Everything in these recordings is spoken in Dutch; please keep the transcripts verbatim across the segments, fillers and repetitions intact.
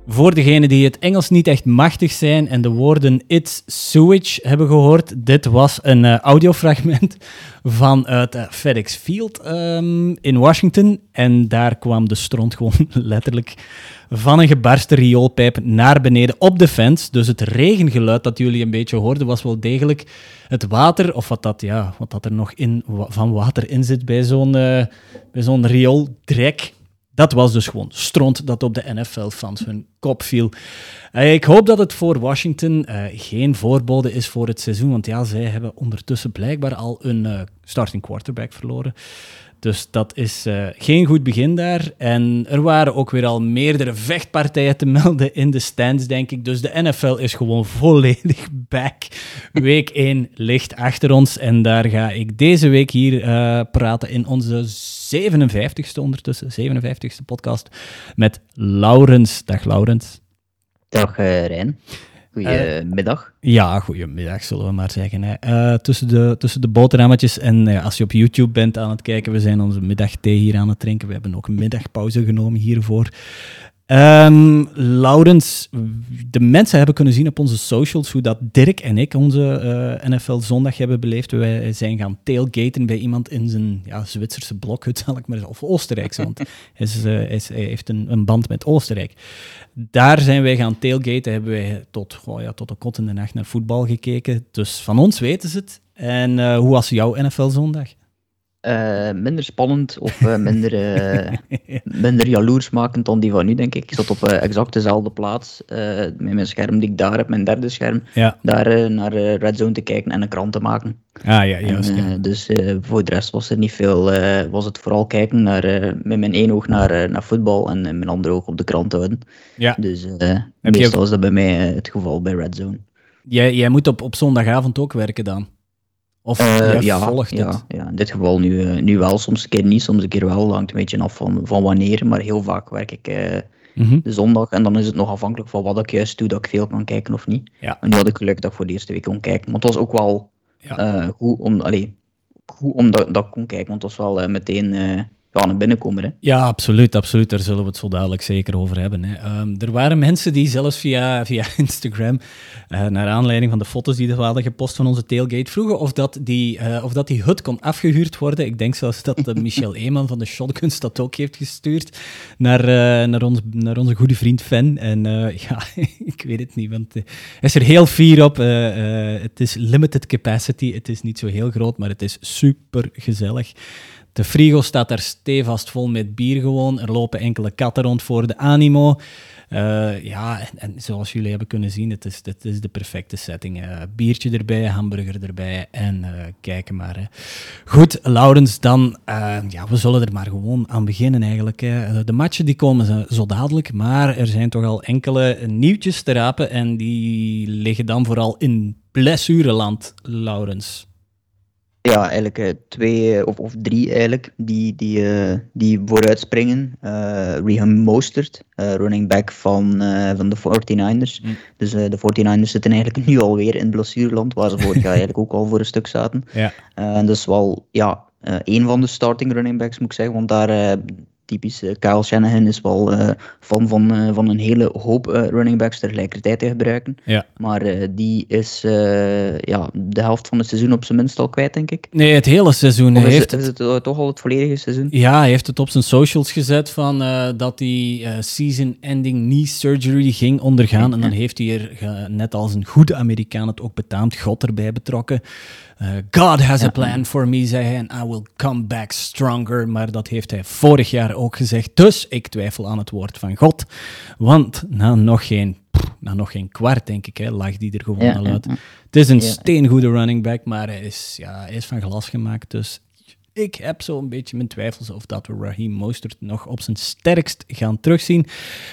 Voor degenen die het Engels niet echt machtig zijn en de woorden It's Sewage hebben gehoord, dit was een uh, audiofragment vanuit uh, FedEx Field um, in Washington. En daar kwam de stront gewoon letterlijk van een gebarsten rioolpijp naar beneden op de fence. Dus het regengeluid dat jullie een beetje hoorden was wel degelijk het water, of wat dat, ja, wat dat er nog in, van water in zit bij zo'n, uh, bij zo'n riooldrek. Dat was dus gewoon stront dat op de N F L-fans hun kop viel. Uh, ik hoop dat het voor Washington uh, geen voorbode is voor het seizoen, want ja, zij hebben ondertussen blijkbaar al een uh, starting quarterback verloren. Dus dat is uh, geen goed begin daar. En er waren ook weer al meerdere vechtpartijen te melden in de stands, denk ik. Dus de N F L is gewoon volledig back. Week één ligt achter ons. En daar ga ik deze week hier uh, praten in onze zevenenvijftigste ondertussen, zevenenvijftigste podcast met Laurens. Dag Laurens. Dag uh, Rijn. Goedemiddag. Uh, ja, goedemiddag zullen we maar zeggen. Hè. Uh, tussen, de, tussen de boterhammetjes en uh, als je op YouTube bent aan het kijken, we zijn onze middagthee hier aan het drinken. We hebben ook een middagpauze genomen hiervoor. Um, Laurens, de mensen hebben kunnen zien op onze socials hoe dat Dirk en ik onze uh, N F L zondag hebben beleefd. Wij zijn gaan tailgaten bij iemand in zijn ja, Zwitserse blokhut, zal ik maar zeggen, of Oostenrijkse, want hij, is, uh, hij, is, hij heeft een, een band met Oostenrijk. Daar zijn wij gaan tailgaten, hebben wij tot, oh ja, tot de kot in de nacht naar voetbal gekeken. Dus van ons weten ze het. En uh, hoe was jouw N F L zondag? Uh, minder spannend of uh, minder, uh, minder jaloersmakend dan die van nu, denk ik. Ik zat op uh, exact dezelfde plaats, uh, met mijn scherm die ik daar heb, mijn derde scherm, ja. daar uh, naar uh, Red Zone te kijken en een krant te maken. Ah ja, juist. En, uh, ja. Dus uh, voor de rest was er niet veel, uh, was het vooral kijken naar, uh, met mijn één oog naar, uh, naar voetbal en uh, mijn andere oog op de krant houden. Ja. Dus uh, meestal je... is dat bij mij uh, het geval bij Red Zone. Jij, jij moet op, op zondagavond ook werken dan? Of uh, ja, volgt ja, het? ja, in dit geval nu, uh, nu wel, soms een keer niet, soms een keer wel. Hangt een beetje af van, van wanneer, maar heel vaak werk ik uh, mm-hmm. de zondag. En dan is het nog afhankelijk van wat ik juist doe, dat ik veel kan kijken of niet. Ja. En nu had ik geluk dat ik voor de eerste week kon kijken. Maar het was ook wel ja. uh, goed, om, allee, goed omdat dat ik kon kijken, want het was wel uh, meteen... Uh, Ja, een binnenkomer, hè? Ja, absoluut, absoluut. Daar zullen we het zo dadelijk zeker over hebben. Hè. Um, er waren mensen die zelfs via, via Instagram, uh, naar aanleiding van de foto's die we hadden gepost van onze tailgate, vroegen of dat die, uh, of dat die hut kon afgehuurd worden. Ik denk zelfs dat uh, Michel Eeman van de Shotguns dat ook heeft gestuurd naar, uh, naar, ons, naar onze goede vriend Fan. En uh, ja, ik weet het niet, want uh, hij is er heel fier op. Uh, uh, het is limited capacity, het is niet zo heel groot, maar het is super gezellig. De frigo staat daar stevast vol met bier gewoon. Er lopen enkele katten rond voor de animo. Uh, ja, en, en zoals jullie hebben kunnen zien, het is, het is de perfecte setting. Uh, biertje erbij, hamburger erbij en uh, kijken maar. Hè. Goed, Laurens, dan... Uh, ja, we zullen er maar gewoon aan beginnen eigenlijk. Hè. De matchen die komen zo dadelijk, maar er zijn toch al enkele nieuwtjes te rapen en die liggen dan vooral in blessureland, Laurens. Ja, eigenlijk uh, twee uh, of, of drie eigenlijk, die, die, uh, die vooruit springen. Uh, Raheem Mostert, uh, running back van, uh, van de forty-niners. Mm. Dus uh, de forty-niners zitten eigenlijk nu alweer in blessureland, waar ze vorig jaar eigenlijk ook al voor een stuk zaten. Ja. Uh, en dus wel, ja, uh, één van de starting running backs moet ik zeggen, want daar... Uh, Typisch, uh, Kyle Shanahan is wel uh, fan van, uh, van een hele hoop uh, running backs tegelijkertijd te gebruiken. Ja. Maar uh, die is uh, ja, de helft van het seizoen op zijn minst al kwijt, denk ik. Nee, het hele seizoen. Of is, heeft het, is het uh, toch al het volledige seizoen? Ja, hij heeft het op zijn socials gezet van, uh, dat hij uh, season-ending knee surgery ging ondergaan. Mm-hmm. En dan heeft hij er, uh, net als een goede Amerikaan het ook betaamd, God erbij betrokken. Uh, God has ja. a plan for me, zei hij, en I will come back stronger. Maar dat heeft hij vorig jaar ook gezegd. Dus ik twijfel aan het woord van God. Want na nog geen, pff, na nog geen kwart, denk ik, hè, lag die er gewoon ja, al uit. Ja, ja. Het is een ja. steengoede running back, maar hij is, ja, hij is van glas gemaakt. Dus ik heb zo'n beetje mijn twijfels of dat we Raheem Mostert nog op zijn sterkst gaan terugzien.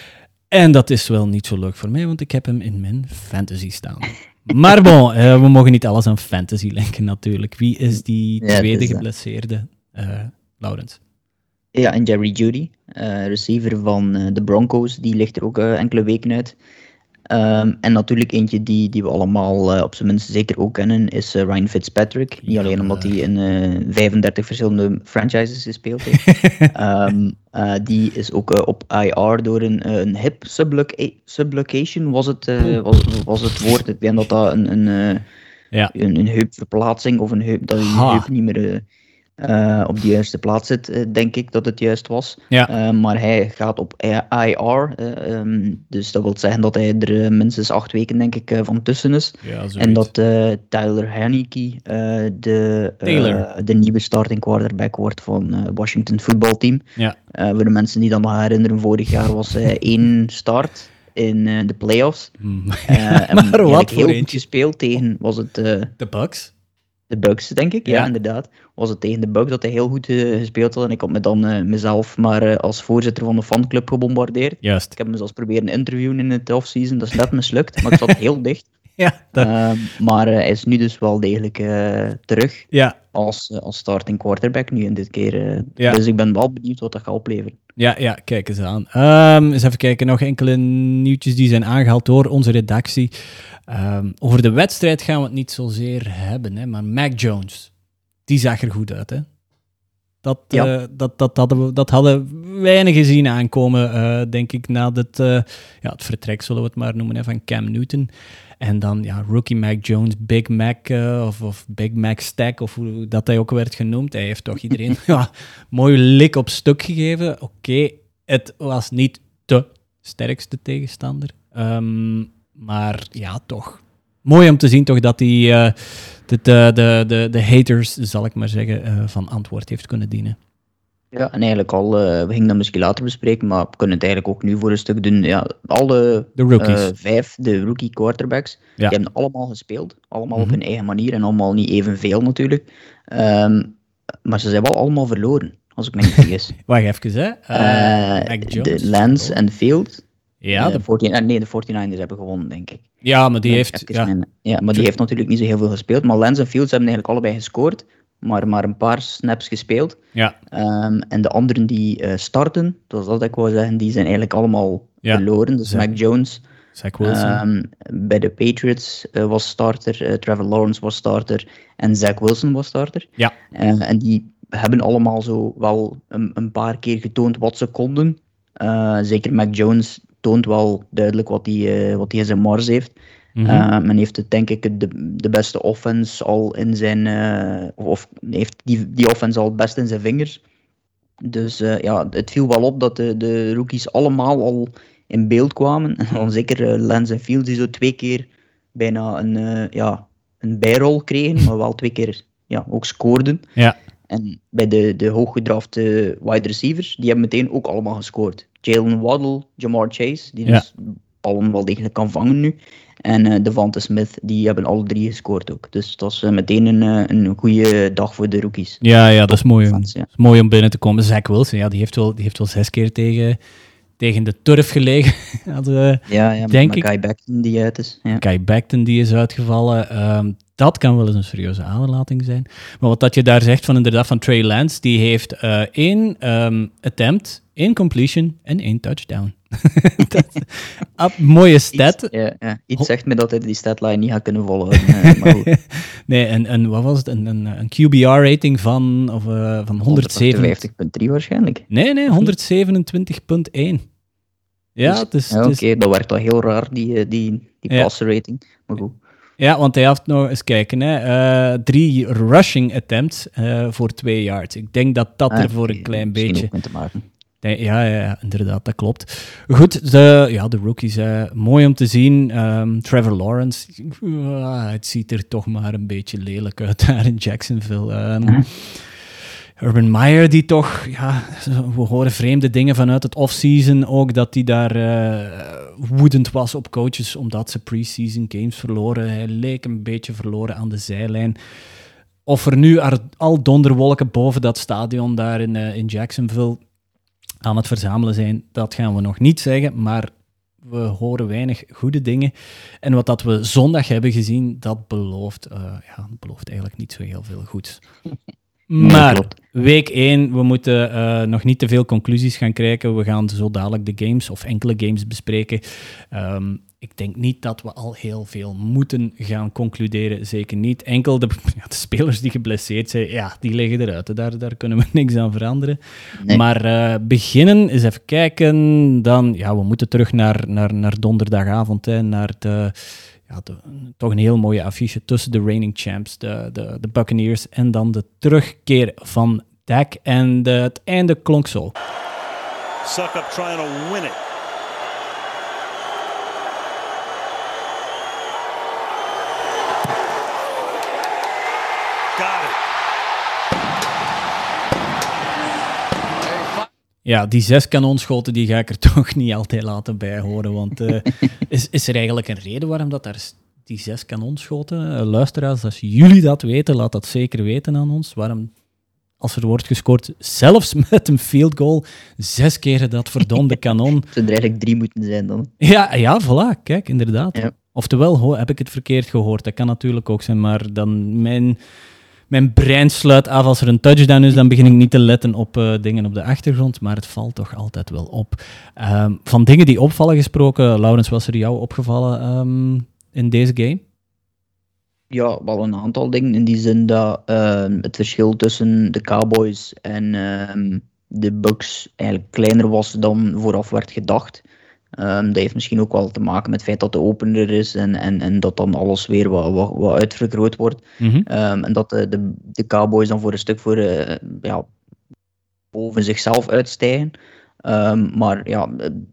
En dat is wel niet zo leuk voor mij, want ik heb hem in mijn fantasy staan. Maar bon, uh, we mogen niet alles aan fantasy linken natuurlijk. Wie is die ja, tweede is, geblesseerde, uh, Laurens? Ja, en Jerry Jeudy, uh, receiver van uh, de Broncos, die ligt er ook uh, enkele weken uit. Um, en natuurlijk eentje die, die we allemaal uh, op zijn minst zeker ook kennen, is uh, Ryan Fitzpatrick. Niet ja, alleen omdat hij in uh, vijfendertig verschillende franchises gespeeld heeft. um, uh, die is ook uh, op I R door een, uh, een hip subluca- subluxation, was het, uh, was, was het woord. Ik denk dat dat een, een, uh, ja. een, een heupverplaatsing of een heup, dat je heup niet meer... Uh, Uh, op de juiste plaats zit, uh, denk ik dat het juist was. Ja. Uh, maar hij gaat op I R, uh, um, dus dat wil zeggen dat hij er uh, minstens acht weken, denk ik, uh, van tussen is. Ja, en dat uh, Tyler Heinicke uh, de, uh, de nieuwe starting quarterback wordt van uh, Washington voetbalteam. Ja. Uh, voor de mensen die dat nog herinneren, vorig jaar was hij uh, één start in uh, de playoffs. Mm. Uh, en maar wat heel voor goed gespeeld tegen, was het... Uh, de Bucks? De Bucks, denk ik. Ja, ja, inderdaad. Was het tegen de Bucks dat hij heel goed uh, gespeeld had. En ik had me dan uh, mezelf maar uh, als voorzitter van de fanclub gebombardeerd. Juist. Ik heb me zelfs proberen interviewen in het offseason. Dat is net mislukt, maar ik zat heel dicht. Ja, dat... uh, maar uh, hij is nu dus wel degelijk uh, terug ja. als, uh, als starting quarterback nu in dit keer. Uh, ja. Dus ik ben wel benieuwd wat dat gaat opleveren. Ja, ja, kijk eens aan. Um, eens even kijken, nog enkele nieuwtjes die zijn aangehaald door onze redactie. Um, over de wedstrijd gaan we het niet zozeer hebben, hè, maar Mac Jones, die zag er goed uit. Hè? Dat, ja. uh, dat, dat, hadden we, dat hadden weinig gezien aankomen, uh, denk ik, na het, uh, ja, het vertrek, zullen we het maar noemen, hè, van Cam Newton. En dan ja, rookie Mac Jones, Big Mac uh, of, of Big Mac Stack, of hoe dat hij ook werd genoemd. Hij heeft toch iedereen ja, mooi lik op stuk gegeven. Oké, okay, het was niet de sterkste tegenstander. Um, maar ja, toch. Mooi om te zien toch dat hij uh, de, de, de, de haters, zal ik maar zeggen, uh, van antwoord heeft kunnen dienen. Ja, en eigenlijk al, uh, we gingen dat misschien later bespreken, maar we kunnen het eigenlijk ook nu voor een stuk doen. Ja, alle de rookies. Uh, vijf, de rookie quarterbacks, ja. die hebben allemaal gespeeld. Allemaal mm-hmm. op hun eigen manier en allemaal niet evenveel natuurlijk. Um, maar ze zijn wel allemaal verloren, als ik me niet vergis. Wacht even, hè. Uh, uh, Mac Jones, de Lance en Field. Ja, de veertien, nee, de forty-niners hebben gewonnen, denk ik. Ja, maar die nee, heeft... Ja. Mijn, ja, maar die heeft natuurlijk niet zo heel veel gespeeld. Maar Lance en Fields hebben eigenlijk allebei gescoord. Maar maar een paar snaps gespeeld. Ja. Um, en de anderen die uh, starten, dat is dat ik wou zeggen, die zijn eigenlijk allemaal ja. verloren. Dus Zach, Mac Jones... Zach Wilson. Um, bij de Patriots uh, was starter, uh, Trevor Lawrence was starter en Zach Wilson was starter. Ja. Uh, en die hebben allemaal zo wel een, een paar keer getoond wat ze konden. Uh, zeker Mac Jones toont wel duidelijk wat hij uh, wat hij in zijn mars heeft. Mm-hmm. Uh, men heeft het, denk ik, de, de beste offense al in zijn... Uh, of heeft die, die offense al het best in zijn vingers. Dus uh, ja, het viel wel op dat de, de rookies allemaal al in beeld kwamen. En dan zeker uh, Lance en Fields die zo twee keer bijna een, uh, ja, een bijrol kregen, maar wel twee keer ja, ook scoorden. Ja. En bij de, de hooggedrafte wide receivers, die hebben meteen ook allemaal gescoord. Jalen Waddle, Jamar Chase, die dus ja. ballen wel degelijk kan vangen nu. En uh, Devonta Smith, die hebben alle drie gescoord ook. Dus dat is uh, meteen een, uh, een goede dag voor de rookies. Ja, ja dat is mooi, fans, ja. is mooi om binnen te komen. Zach Wilson, ja, die, heeft wel, die heeft wel zes keer tegen, tegen de turf gelegen. Had, uh, ja, ja, denk maar Guy Becton die uit is. Ja. Guy Becton die is uitgevallen. Um, dat kan wel eens een serieuze aderlating zijn. Maar wat dat je daar zegt van inderdaad van Trey Lance, die heeft uh, één um, attempt, één completion en één touchdown. dat, ah, mooie stat. Iets, ja, ja. Iets zegt me dat hij die statline niet gaat kunnen volhouden. uh, maar goed. Nee, en, en wat was het? Een, een, een Q B R-rating van, of, uh, van honderdzevenenvijftig komma drie waarschijnlijk. Nee, nee, honderdzevenentwintig komma één. Ja, dus, dus, ja oké, okay, dus... dat werkt wel heel raar, die, die, die ja. passer rating. Maar goed. Ja, want hij heeft nog eens kijken, hè, uh, drie rushing attempts uh, voor twee yards. Ik denk dat dat ah, er voor een klein beetje... Ook mee te maken. Nee, ja, ja, ja, inderdaad, dat klopt. Goed, de, ja, de rookies, uh, mooi om te zien. Um, Trevor Lawrence, uh, het ziet er toch maar een beetje lelijk uit daar in Jacksonville. Um, uh-huh. Urban Meyer, die toch, ja, we horen vreemde dingen vanuit het offseason ook, dat hij daar uh, woedend was op coaches omdat ze pre-season games verloren. Hij leek een beetje verloren aan de zijlijn. Of er nu al donderwolken boven dat stadion daar in, uh, in Jacksonville aan het verzamelen zijn, dat gaan we nog niet zeggen, maar we horen weinig goede dingen. En wat dat we zondag hebben gezien, dat belooft, uh, ja, belooft eigenlijk niet zo heel veel goeds. Maar week één, we moeten uh, nog niet te veel conclusies gaan krijgen. We gaan zo dadelijk de games of enkele games bespreken. Um, ik ik denk niet dat we al heel veel moeten gaan concluderen. Zeker niet. Enkel de, ja, de spelers die geblesseerd zijn, ja, die liggen eruit. Daar, daar kunnen we niks aan veranderen. Nee. Maar uh, beginnen, eens even kijken. Dan, ja, we moeten terug naar, naar, naar donderdagavond, hè, naar de... Ja, de, toch een heel mooie affiche tussen de reigning champs, de, de, de Buccaneers, en dan de terugkeer van Dak. En de, het einde klonk zo. Suck up trying to win it. Got it. Ja, die zes kanonschoten die ga ik er toch niet altijd laten bij horen, want uh, is, is er eigenlijk een reden waarom dat daar die zes kanonschoten, uh, luisteraars, als jullie dat weten, laat dat zeker weten aan ons, waarom, als er wordt gescoord, zelfs met een field goal, zes keer dat verdomde kanon. Het zou er eigenlijk drie moeten zijn dan. Ja, ja, voilà, kijk, inderdaad. Ja. Oftewel, ho, heb ik het verkeerd gehoord, dat kan natuurlijk ook zijn, maar dan mijn... Mijn brein sluit af als er een touchdown is, dan begin ik niet te letten op uh, dingen op de achtergrond, maar het valt toch altijd wel op. Um, van dingen die opvallen gesproken, Laurens, was er jou opgevallen um, in deze game? Ja, wel een aantal dingen, in die zin dat uh, het verschil tussen de Cowboys en uh, de Bucks eigenlijk kleiner was dan vooraf werd gedacht. Um, dat heeft misschien ook wel te maken met het feit dat de opener is en, en, en dat dan alles weer wat, wat, wat uitvergroot wordt. Mm-hmm. Um, en dat de, de, de Cowboys dan voor een stuk voor, uh, ja, boven zichzelf uitstijgen. Um, maar ja,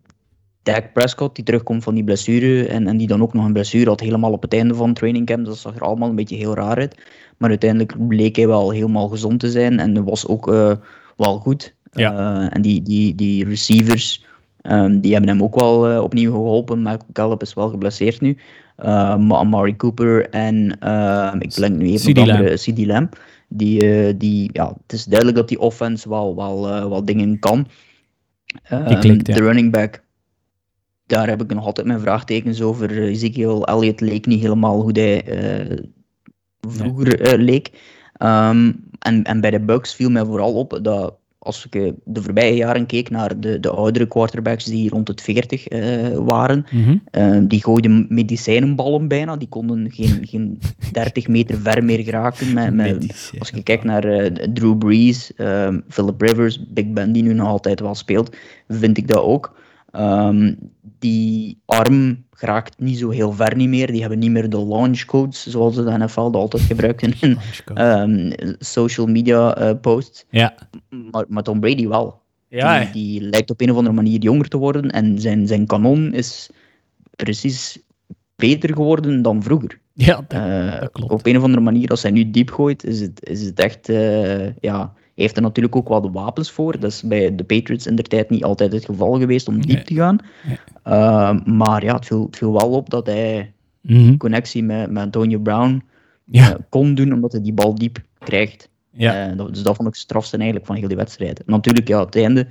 Dak Prescott die terugkomt van die blessure en, en die dan ook nog een blessure had helemaal op het einde van het training camp. Dat zag er allemaal een beetje heel raar uit. Maar uiteindelijk bleek hij wel helemaal gezond te zijn en was ook uh, wel goed. Ja. Uh, en die, die, die receivers... Um, die hebben hem ook wel uh, opnieuw geholpen. Michael Gallup is wel geblesseerd nu. Uh, maar Amari Cooper en uh, ik denk nu even op de andere C D Lamb. Die, uh, die, ja, het is duidelijk dat die offense wel, wel, uh, wel dingen kan. Um, die klikt, ja. De running back, daar heb ik nog altijd mijn vraagtekens over. Ezekiel Elliott leek niet helemaal hoe hij uh, vroeger uh, leek. Um, en, en bij de Bucks viel mij vooral op dat als ik de voorbije jaren keek naar de, de oudere quarterbacks die rond het veertig uh, waren, mm-hmm. uh, die gooiden medicijnenballen bijna, die konden geen, geen dertig meter ver meer geraken. Met, met, als je kijkt naar uh, Drew Brees, uh, Philip Rivers, Big Ben die nu nog altijd wel speelt, vind ik dat ook. Um, die arm geraakt niet zo heel ver niet meer. Die hebben niet meer de launch codes, zoals de N F L dat altijd gebruikt in um, social media uh, posts. Ja. Maar, maar Tom Brady wel. Ja, die, die lijkt op een of andere manier jonger te worden en zijn, zijn kanon is precies beter geworden dan vroeger. Ja, dat, uh, dat klopt. Op een of andere manier, als hij nu diep gooit, is het, is het echt... Uh, ja, hij heeft er natuurlijk ook wel de wapens voor. Dat is bij de Patriots in der tijd niet altijd het geval geweest om diep nee. te gaan. Nee. Uh, maar ja, het viel, het viel wel op dat hij mm-hmm. connectie met, met Antonio Brown ja. uh, kon doen, omdat hij die bal diep krijgt. Ja. Uh, dat, dus dat vond ik strafste eigenlijk van heel die wedstrijd. Natuurlijk, ja, het einde...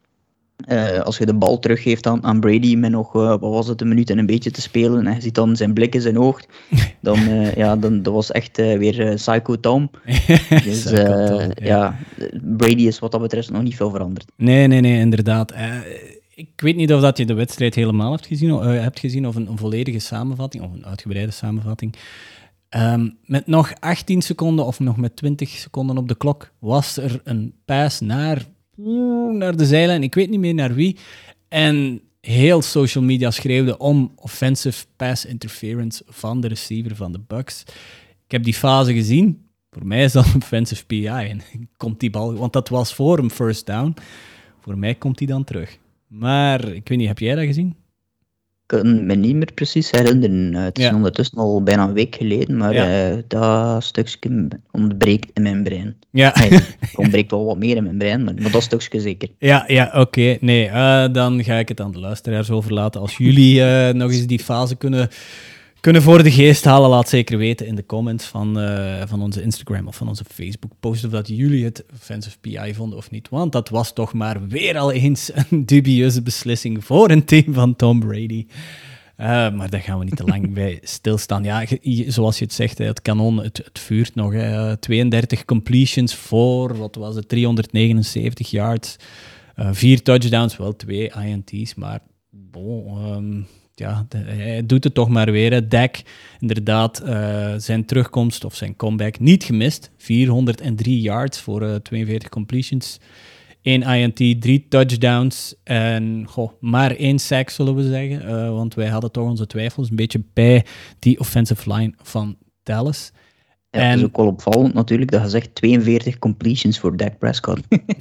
Uh, als je de bal teruggeeft aan, aan Brady met nog, uh, wat was het, een minuut en een beetje te spelen, en je ziet dan zijn blik in zijn oog, dan, uh, ja, dan dat was echt uh, weer uh, Psycho Tom. Dus uh, Psycho Tom, ja. ja, Brady is wat dat betreft nog niet veel veranderd. Nee, nee, nee, inderdaad. Uh, ik weet niet of dat je de wedstrijd helemaal hebt gezien, uh, hebt gezien of een, een volledige samenvatting, of een uitgebreide samenvatting. Um, met nog achttien seconden of nog met twintig seconden op de klok was er een pass naar... naar de zijlijn, ik weet niet meer naar wie. En heel social media schreeuwde om offensive pass interference van de receiver van de Bucks. Ik heb die fase gezien. Voor mij is dat een offensive P I. En komt die bal, want dat was voor een first down. Voor mij komt die dan terug. Maar ik weet niet, heb jij dat gezien? Ik kan me niet meer precies herinneren. Het is ja. ondertussen al bijna een week geleden, maar ja. uh, dat stukje ontbreekt in mijn brein. Ja. Het ontbreekt wel wat meer in mijn brein, maar, maar dat stukje zeker. Ja, ja oké. Okay. Nee, uh, dan ga ik het aan de luisteraars overlaten. Als jullie uh, nog eens die fase kunnen, kunnen voor de geest halen, laat zeker weten in de comments van, uh, van onze Instagram of van onze Facebook post of dat jullie het offensive P I vonden of niet. Want dat was toch maar weer al eens een dubieuze beslissing voor een team van Tom Brady. Uh, maar daar gaan we niet te lang bij stilstaan. Ja, zoals je het zegt, het kanon, het, het vuurt nog. Hè. tweeëndertig completions voor, wat was het, driehonderdnegenenzeventig yards. Uh, vier touchdowns, wel twee I N T's, maar bon, um, ja, de, hij doet het toch maar weer. Hè. Dak, inderdaad, uh, zijn terugkomst of zijn comeback niet gemist. vierhonderddrie yards voor uh, tweeënveertig completions. één I N T, drie touchdowns en goh, maar één sack, zullen we zeggen. Uh, want wij hadden toch onze twijfels een beetje bij die offensive line van Dallas. Ja, en... het is ook wel opvallend natuurlijk dat je zegt tweeënveertig completions voor Dak Prescott.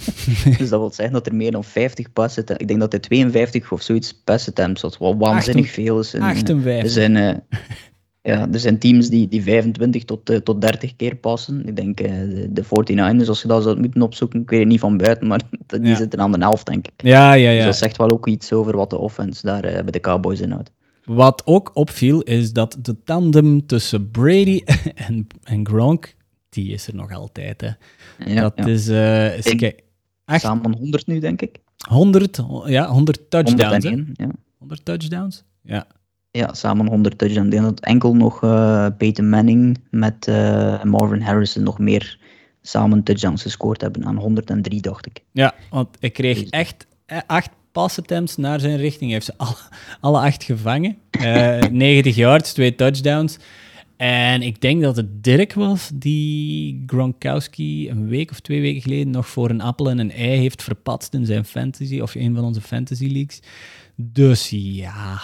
Dus dat wil zeggen dat er meer dan vijftig pass attempts... Ik denk dat hij tweeënvijftig of zoiets pass attempts had, wat waanzinnig achtenzestig veel is. En, achtenvijftig. Er zijn, uh, ja, er zijn teams die, die vijfentwintig tot, uh, tot dertig keer passen. Ik denk uh, de, de forty-niners, als je dat zou moeten opzoeken, ik weet het niet van buiten, maar die ja. zitten aan de helft, denk ik. Ja, ja, ja. Dus dat zegt wel ook iets over wat de offense daar uh, bij de Cowboys inhoudt. Wat ook opviel, is dat de tandem tussen Brady en, en Gronk, die is er nog altijd. Hè. Ja, dat ja. is... Uh, is kijk, echt, samen honderd nu, denk ik. honderd, ja, honderd touchdowns. honderdéén, ja. honderd touchdowns? Ja. Ja, samen honderd touchdowns. Ik denk dat enkel nog uh, Peyton Manning met uh, Marvin Harrison nog meer samen touchdowns gescoord hebben aan honderddrie, dacht ik. Ja, want ik kreeg echt acht pass attempts naar zijn richting. Hij heeft ze alle, alle acht gevangen. Uh, negentig yards, twee touchdowns. En ik denk dat het Dirk was die Gronkowski een week of twee weken geleden nog voor een appel en een ei heeft verpatst in zijn fantasy, of een van onze fantasy leagues. Dus ja.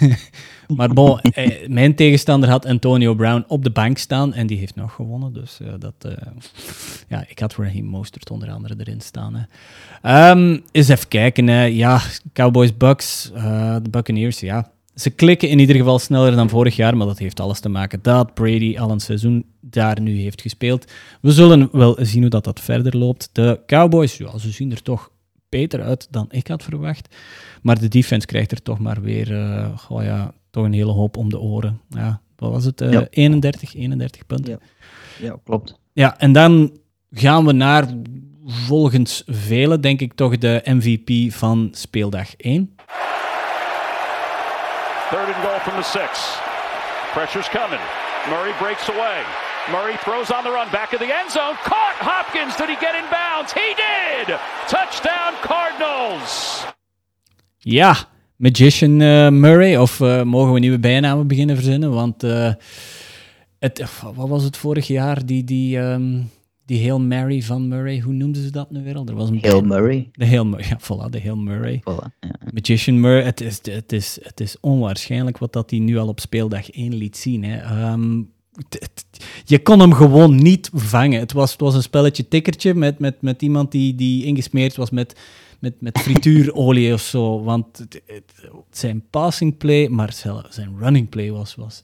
Maar bon, eh, mijn tegenstander had Antonio Brown op de bank staan en die heeft nog gewonnen. Dus uh, dat, uh, ja, ik had Raheem Mostert onder andere erin staan. Hè. Um, eens even kijken. Hè. Ja, Cowboys, Bucks, uh, de Buccaneers, ja. Ze klikken in ieder geval sneller dan vorig jaar, maar dat heeft alles te maken dat Brady al een seizoen daar nu heeft gespeeld. We zullen wel zien hoe dat, dat verder loopt. De Cowboys, ja, ze zien er toch beter uit dan ik had verwacht. Maar de defense krijgt er toch maar weer uh, oh ja, toch een hele hoop om de oren. Ja, wat was het? Uh, ja. eenendertig, eenendertig punten. Ja. ja, klopt. Ja, en dan gaan we naar, volgens velen, denk ik toch de M V P van speeldag één. Third and goal from the six. Pressure's coming. Murray breaks away. Murray throws on the run, back of the end zone. Caught! Hopkins, did he get in bounds? He did! Touchdown Cardinals! Ja, Magician uh, Murray, of uh, mogen we nieuwe bijnamen beginnen verzinnen? Want uh, het, wat was het vorig jaar, die, die, um, die Hail Mary van Murray, hoe noemden ze dat nu weer al? Er was een Hail Murray. De Hail Murray, ja, voilà, de Hail Murray. Voilà, ja. Magician Murray, het is, het, is, het is onwaarschijnlijk wat dat hij nu al op speeldag één liet zien. Hè. Um, t, t, je kon hem gewoon niet vangen. Het was, het was een spelletje tikkertje met, met, met iemand die, die ingesmeerd was met, met, met frituurolie of zo. Want het, het, zijn passing play, maar zelfs zijn running play was, was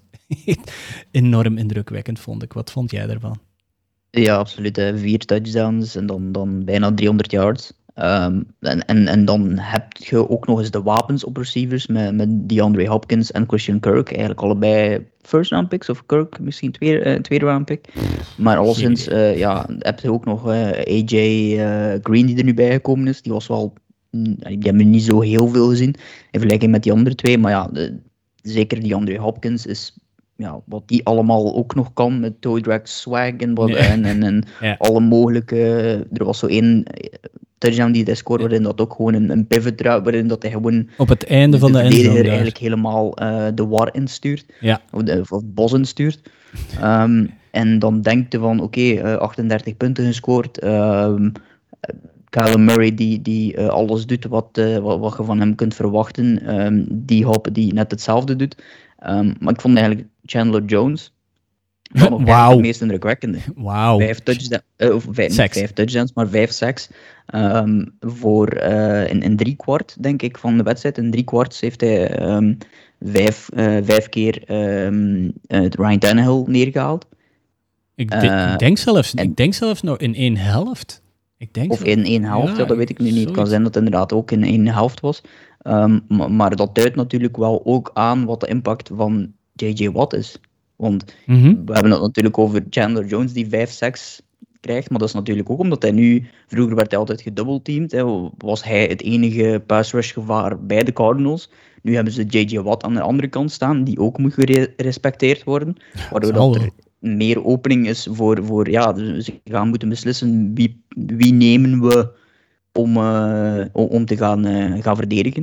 enorm indrukwekkend, vond ik. Wat vond jij daarvan? Ja, absoluut. Hè. Vier touchdowns en dan, dan bijna driehonderd yards. Um, en, en, en dan heb je ook nog eens de wapens op receivers met, met DeAndre Hopkins en Christian Kirk. Eigenlijk allebei first round picks, of Kirk misschien tweede, uh, tweede round pick. Maar alleszins uh, ja, heb je ook nog uh, A J uh, Green die er nu bij gekomen is. Die was wel, die hebben we niet zo heel veel gezien in vergelijking met die andere twee. Maar ja, de, zeker DeAndre Hopkins is... Ja, wat die allemaal ook nog kan met toe drag swag en, wat, ja. en, en, en ja. alle mogelijke... Er was zo één touchdown die hij scoorde, waarin dat ook gewoon een, een pivot route, waarin dat hij gewoon... Op het einde van de, de endzone er eigenlijk helemaal uh, de war instuurt. Ja. Of, de, of het bos instuurt. Um, en dan denkt je van, oké, okay, uh, achtendertig punten gescoord. Um, Kyler Murray die, die uh, alles doet wat, uh, wat, wat je van hem kunt verwachten. Um, die Hop die net hetzelfde doet. Um, maar ik vond eigenlijk Chandler Jones nog wow. het meest indrukwekkende. Wow. Vijf, touchdown, uh, of vijf, niet vijf touchdowns, maar vijf sacks. Um, voor uh, in, in drie kwart, denk ik, van de wedstrijd. In drie kwart heeft hij um, vijf, uh, vijf keer um, uh, Ryan Tannehill neergehaald. Ik, de, uh, ik, denk zelfs, en, ik denk zelfs nog in één helft. Ik denk of zo. in één helft, ja, ja, dat weet ik nu niet. Zoiets. Het kan zijn dat het inderdaad ook in één helft was. Um, maar, maar dat duidt natuurlijk wel ook aan wat de impact van J J Watt is. Want mm-hmm. we hebben het natuurlijk over Chandler Jones die vijf sacks krijgt, maar dat is natuurlijk ook omdat hij nu, vroeger werd hij altijd gedoubleteamd, hè, was hij het enige pass rush gevaar bij de Cardinals. Nu hebben ze J J Watt aan de andere kant staan, die ook moet gerespecteerd worden, waardoor dat er meer opening is voor, voor ja, dus ze gaan moeten beslissen wie, wie nemen we om, uh, om te gaan, uh, gaan verdedigen.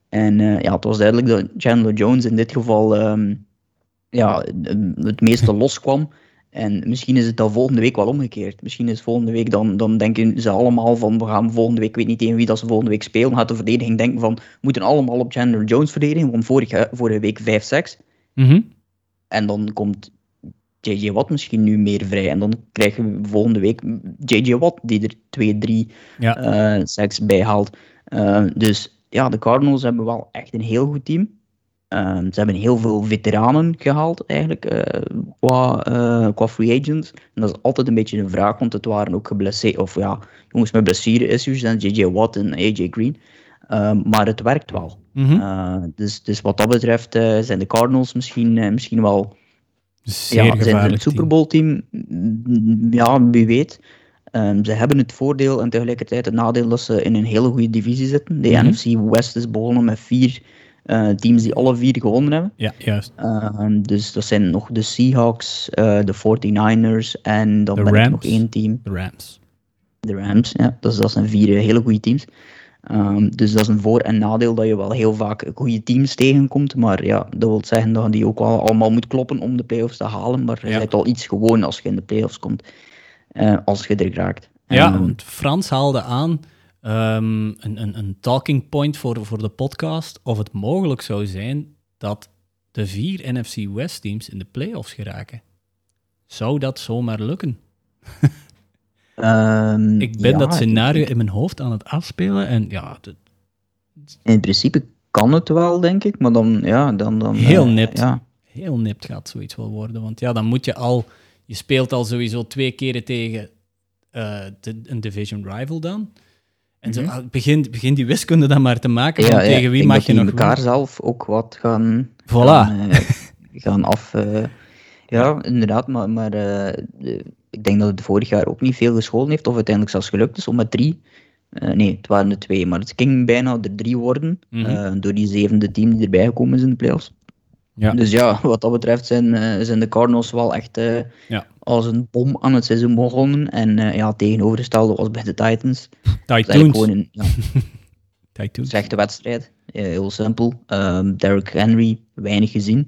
En uh, ja, het was duidelijk dat Chandler Jones in dit geval um, ja, het meeste loskwam. En misschien is het dan volgende week wel omgekeerd. Misschien is volgende week dan, dan denken ze allemaal van we gaan volgende week, ik weet niet tegen wie dat ze volgende week spelen, gaat de verdediging denken van we moeten allemaal op Chandler Jones verdedigen, want vorige, vorige week vijf seks. Mm-hmm. En dan komt J J Watt misschien nu meer vrij. En dan krijgen we volgende week J J Watt die er twee, drie ja. uh, seks bij haalt. Uh, dus ja, de Cardinals hebben wel echt een heel goed team. Uh, ze hebben heel veel veteranen gehaald eigenlijk uh, qua, uh, qua free agents. En dat is altijd een beetje een vraag, want het waren ook geblesseerd, of ja, jongens met blessure-issues, en J J Watt en A J Green. Uh, maar het werkt wel. Mm-hmm. Uh, dus, dus wat dat betreft uh, zijn de Cardinals misschien, uh, misschien wel Zeer ja, zijn een een Super Bowl team. Ja, wie weet. Um, ze hebben het voordeel en tegelijkertijd het nadeel dat ze in een hele goede divisie zitten. De mm-hmm. N F C West is begonnen met vier uh, teams die alle vier gewonnen hebben. Ja, juist. Uh, dus dat zijn nog de Seahawks, uh, de forty-niners en dan de ben Rams. ik nog één team. De Rams. De Rams, ja. Dus dat zijn vier uh, hele goede teams. Um, dus dat is een voor- en nadeel dat je wel heel vaak goede teams tegenkomt. Maar ja, dat wil zeggen dat je die ook wel allemaal moet kloppen om de playoffs te halen. Maar je ja. bent al iets gewoon als je in de playoffs komt. Uh, als je er raakt. Ja, um, want Frans haalde aan um, een, een, een talking point voor, voor de podcast. Of het mogelijk zou zijn dat de vier N F C West teams in de playoffs geraken. Zou dat zomaar lukken? Um, ik ben ja, dat scenario ik, in mijn hoofd aan het afspelen en ja... De... In principe kan het wel, denk ik, maar dan... Ja, dan, dan Heel uh, nipt. Ja. Heel nipt gaat zoiets wel worden, want ja, dan moet je al... Je speelt al sowieso twee keren tegen uh, de, een division rival dan. En zo, mm-hmm. begin, begin die wiskunde dan maar te maken van ja, tegen ja, wie mag je nog elkaar winnen. zelf ook wat gaan... Voilà. Gaan, uh, gaan af... Uh, ja, inderdaad, maar... maar uh, de, ik denk dat het vorig jaar ook niet veel gescholen heeft, of uiteindelijk zelfs gelukt is om met drie... Uh, nee, het waren er twee, maar het ging bijna er drie worden, mm-hmm. uh, door die zevende team die erbij gekomen is in de playoffs. Ja. Dus ja, wat dat betreft zijn, uh, zijn de Cardinals wel echt uh, ja. als een bom aan het seizoen begonnen. En uh, ja, tegenovergestelde was bij de Titans. Titans. Gewoon een ja, Titans. Slechte wedstrijd, uh, heel simpel. Um, Derrick Henry, weinig gezien.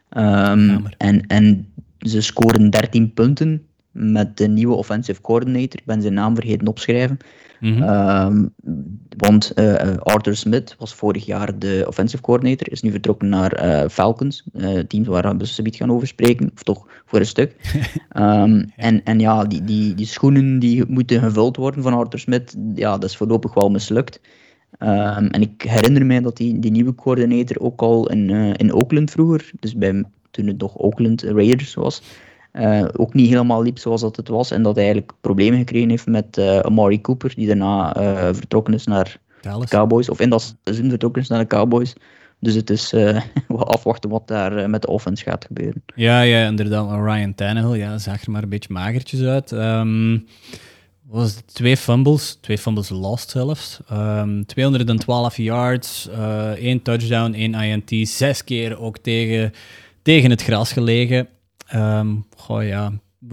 Um, en, en ze scoren dertien punten met de nieuwe offensive coordinator. Ik ben zijn naam vergeten opschrijven. Mm-hmm. Um, want uh, Arthur Smith was vorig jaar de offensive coordinator, is nu vertrokken naar uh, Falcons, uh, teams waar we zoiets gaan over spreken, of toch voor een stuk. um, ja. En, en ja, die, die, die schoenen die moeten gevuld worden van Arthur Smith, ja, dat is voorlopig wel mislukt. Um, en ik herinner mij dat die, die nieuwe coördinator ook al in, uh, in Oakland vroeger, dus bij, toen het nog Oakland Raiders was, Uh, ook niet helemaal liep zoals dat het was. En dat hij eigenlijk problemen gekregen heeft met uh, Amari Cooper, die daarna uh, vertrokken is naar Dallas. De Cowboys. Of in dat seizoen vertrokken is naar de Cowboys. Dus het is uh, wel afwachten wat daar uh, met de offense gaat gebeuren. Ja, ja, inderdaad. Ryan Tannehill, ja, zag er maar een beetje magertjes uit. Um, was het twee fumbles, twee fumbles lost zelfs. Um, tweehonderdtwaalf yards, uh, één touchdown, één I N T, zes keer ook tegen, tegen het gras gelegen. Um, goh ja,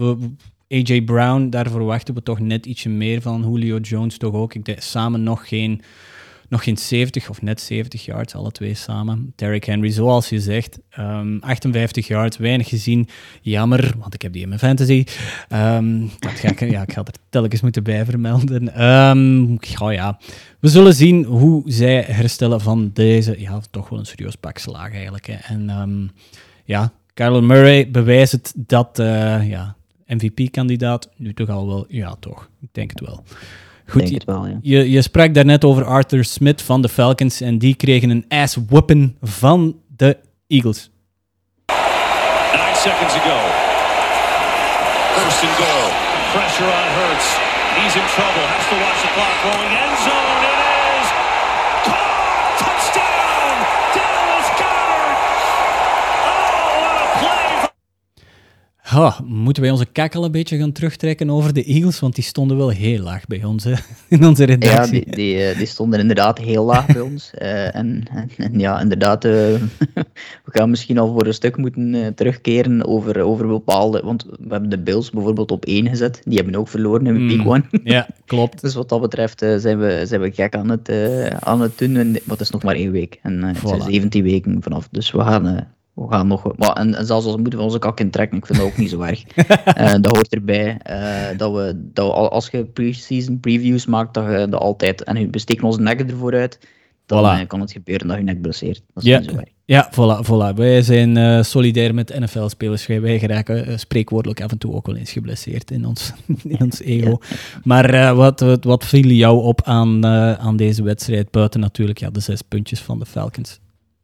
A J Brown, daar verwachten we toch net ietsje meer van. Julio Jones toch ook. Ik denk samen nog geen, nog geen zeventig of net zeventig yards, alle twee samen. Derrick Henry, zoals je zegt, um, achtenvijftig yards, weinig gezien. Jammer, want ik heb die in mijn fantasy. Um, dat ga ik, ja, ik ga er telkens moeten bij vermelden. Um, goh ja, we zullen zien hoe zij herstellen van deze, ja, toch wel een serieus pak slaag eigenlijk. Hè. En um, ja... Kyler Murray bewijst het dat, uh, ja, M V P-kandidaat, nu toch al wel, ja toch, ik denk het wel. Goed, denk het wel, ja. je, je sprak daarnet over Arthur Smith van de Falcons en die kregen een ass-whooping van de Eagles. Nine seconds ago. First and goal. Pressure on Hurts. He's in trouble. Has to watch the clock rolling. End zone. It is caught. Touchdown. Dallas Goedert. Goh, moeten wij onze kakkel een beetje gaan terugtrekken over de Eagles? Want die stonden wel heel laag bij ons, hè? In onze redactie. Ja, die, die, die stonden inderdaad heel laag bij ons. Uh, en, en, en ja, inderdaad, uh, we gaan misschien al voor een stuk moeten uh, terugkeren over, over bepaalde... Want we hebben de Bills bijvoorbeeld op één gezet. Die hebben ook verloren in mm, week one. Ja, klopt. Dus wat dat betreft uh, zijn, we, zijn we gek aan het, uh, aan het doen. En, wat is nog maar één week. En uh, het voilà. zijn zeventien weken vanaf. Dus we gaan... Uh, We gaan nog... Maar, en, en zelfs als we moeten we onze kak intrekken, ik vind dat ook niet zo erg. uh, dat hoort erbij. Uh, dat we, dat we, als je pre-season previews maakt, dat je dat altijd... En je besteekt onze nekken ervoor uit, dan voilà. uh, kan het gebeuren dat je nek blesseert. Dat is ja. niet zo erg. Ja, voilà, voilà. Wij zijn uh, solidair met N F L-spelers. Wij, wij geraken uh, spreekwoordelijk af en toe ook wel eens geblesseerd in ons, in ons ego. Ja. Maar uh, wat, wat, wat viel jou op aan, uh, aan deze wedstrijd? Buiten natuurlijk ja, de zes puntjes van de Falcons.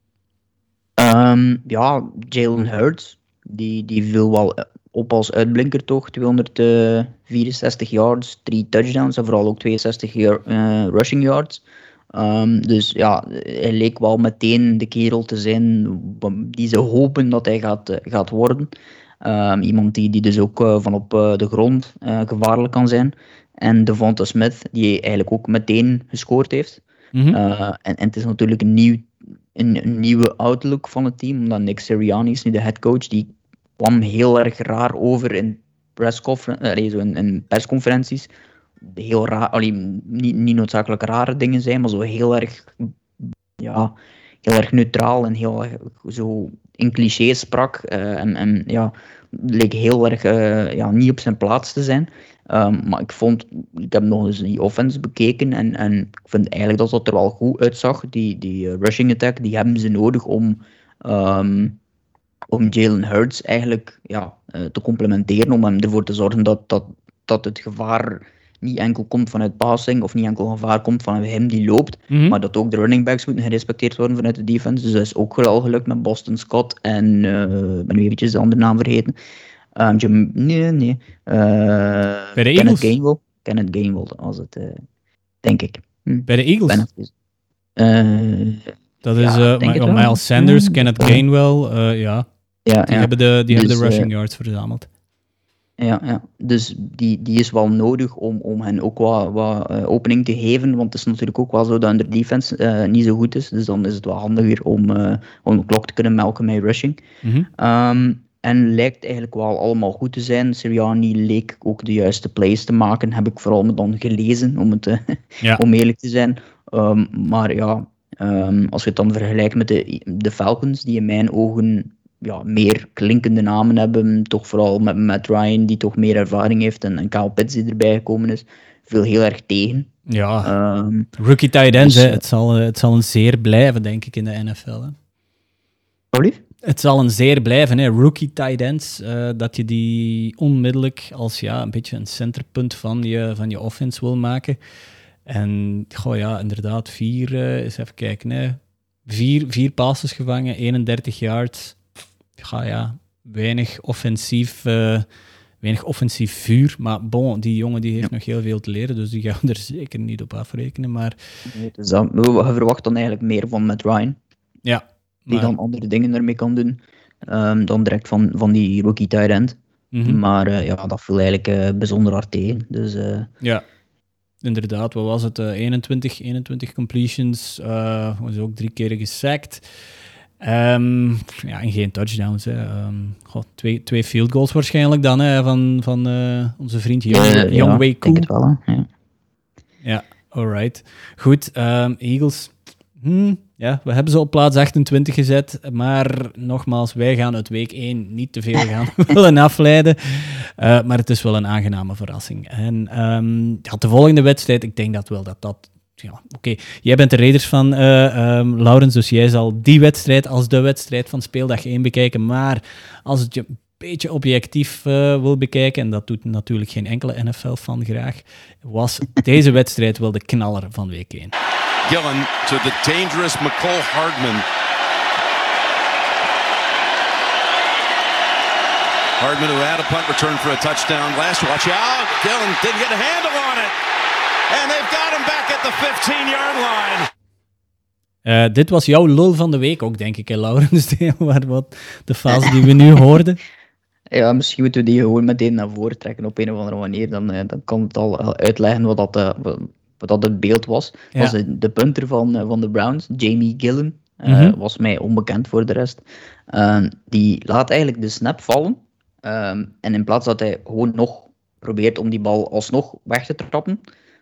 Um, ja, Jalen Hurts, die, die viel wel op als uitblinker toch. tweehonderdvierenzestig yards, drie touchdowns en vooral ook tweeënzestig uh, rushing yards. Um, dus ja, hij leek wel meteen de kerel te zijn die ze hopen dat hij gaat, uh, gaat worden. Um, iemand die, die dus ook uh, van op uh, de grond uh, gevaarlijk kan zijn. En Devonta Smith, die eigenlijk ook meteen gescoord heeft. Mm-hmm. Uh, en, en het is natuurlijk een nieuw Een, een nieuwe outlook van het team, omdat Nick Sirianni is nu de headcoach, die kwam heel erg raar over in, pressconfer- zo in, in persconferenties. Heel raar, allee, niet, niet noodzakelijk rare dingen zijn, maar zo heel erg, ja, heel erg neutraal en heel erg zo in clichés sprak. Uh, en, en ja, leek heel erg uh, ja, niet op zijn plaats te zijn. Um, maar ik vond, ik heb nog eens die offense bekeken en, en ik vind eigenlijk dat dat er wel goed uitzag. Die, die uh, rushing attack, die hebben ze nodig om, um, om Jalen Hurts eigenlijk ja, uh, te complementeren, om hem ervoor te zorgen dat, dat, dat het gevaar niet enkel komt vanuit passing of niet enkel gevaar komt vanuit hem die loopt, mm-hmm. maar dat ook de running backs moeten gerespecteerd worden vanuit de defense. Dus dat is ook al gelukt met Boston Scott en uh, ik ben nu eventjes de andere naam vergeten. Um, Jim, nee, nee. Uh, Bij de Kenneth Gainwell. Kenneth Gainwell, als het, uh, denk ik. Hm. Bij de Eagles? Uh, dat is ja, uh, Ma- Miles Sanders, mm, Kenneth Gainwell, uh, ja. ja. Die, ja. Hebben, de, die dus, hebben de rushing uh, yards verzameld. Ja, ja. Dus die, die is wel nodig om, om hen ook wat, wat uh, opening te geven, want het is natuurlijk ook wel zo dat de defense uh, niet zo goed is, dus dan is het wel handiger om, uh, om de klok te kunnen melken met rushing. Mm-hmm. Um, En lijkt eigenlijk wel allemaal goed te zijn. Sirianni leek ook de juiste plays te maken. Heb ik vooral dan gelezen, om, het, uh, ja. om eerlijk te zijn. Um, maar ja, um, als je het dan vergelijkt met de, de Falcons, die in mijn ogen ja, meer klinkende namen hebben. Toch vooral met Matt Ryan, die toch meer ervaring heeft. En, en Kyle Pitts die erbij gekomen is. Viel heel erg tegen. Ja, um, rookie tight ends, dus, het, zal, het zal een zeer blijven, denk ik, in de N F L. Hè. Olief? Het zal een zeer blijven, hè. Rookie tight ends, uh, dat je die onmiddellijk als ja, een beetje een centerpunt van je, van je offense wil maken. En goh, ja, inderdaad, vier, uh, eens even kijken, hè. Vier, vier passes gevangen, eenendertig yards. Ja, ja, weinig offensief, uh, weinig offensief vuur. Maar bon, die jongen die heeft ja. nog heel veel te leren, dus die gaan we er zeker niet op afrekenen. Maar... Nee, dus dat, we verwachten dan eigenlijk meer van Matt Ryan. Ja. Die maar... dan andere dingen ermee kan doen, um, dan direct van, van die rookie tight end. Mm-hmm. Maar uh, ja, dat viel eigenlijk uh, bijzonder hard tegen. Dus, uh... ja, inderdaad. Wat was het? Uh, eenentwintig, eenentwintig completions. Uh, was ook drie keer gesackt. Um, ja, en geen touchdowns. Hè. Um, God, twee, twee field goals waarschijnlijk dan, hè, van, van uh, onze vriend Young, uh, Young ja, Wei Koo. Ik denk het wel, hè. Ja, ja alright. Goed, um, Eagles... Hmm, ja, we hebben ze op plaats achtentwintig gezet, maar nogmaals, wij gaan uit week één niet te veel gaan willen afleiden. Uh, maar het is wel een aangename verrassing. En um, ja, de volgende wedstrijd, ik denk dat wel dat dat... Ja, Oké, okay. Jij bent de Raiders van uh, um, Laurens, dus jij zal die wedstrijd als de wedstrijd van speeldag één bekijken. Maar als het je een beetje objectief uh, wil bekijken, en dat doet natuurlijk geen enkele N F L-fan graag, was deze wedstrijd wel de knaller van week één. Gillen to the dangerous McCole Hardman. Hardman, who had a punt return for a touchdown last. Watch out. Gillen didn't get a handle on it. And they've got him back at the fifteen-yard line. Uh, dit was jouw lul van de week ook, denk ik, hè, Laurens? Wat de fase die we nu hoorden. Ja, misschien moeten we die gewoon meteen naar voren trekken op een of andere manier. Dan, uh, dan kan het al uitleggen wat dat, uh, wat dat het beeld was. Dat Ja. was de, de punter van, uh, van de Browns, Jamie Gillen. Uh, Mhm. Was mij onbekend voor de rest. Uh, die laat eigenlijk de snap vallen. Um, en in plaats dat hij gewoon nog probeert om die bal alsnog weg te trappen,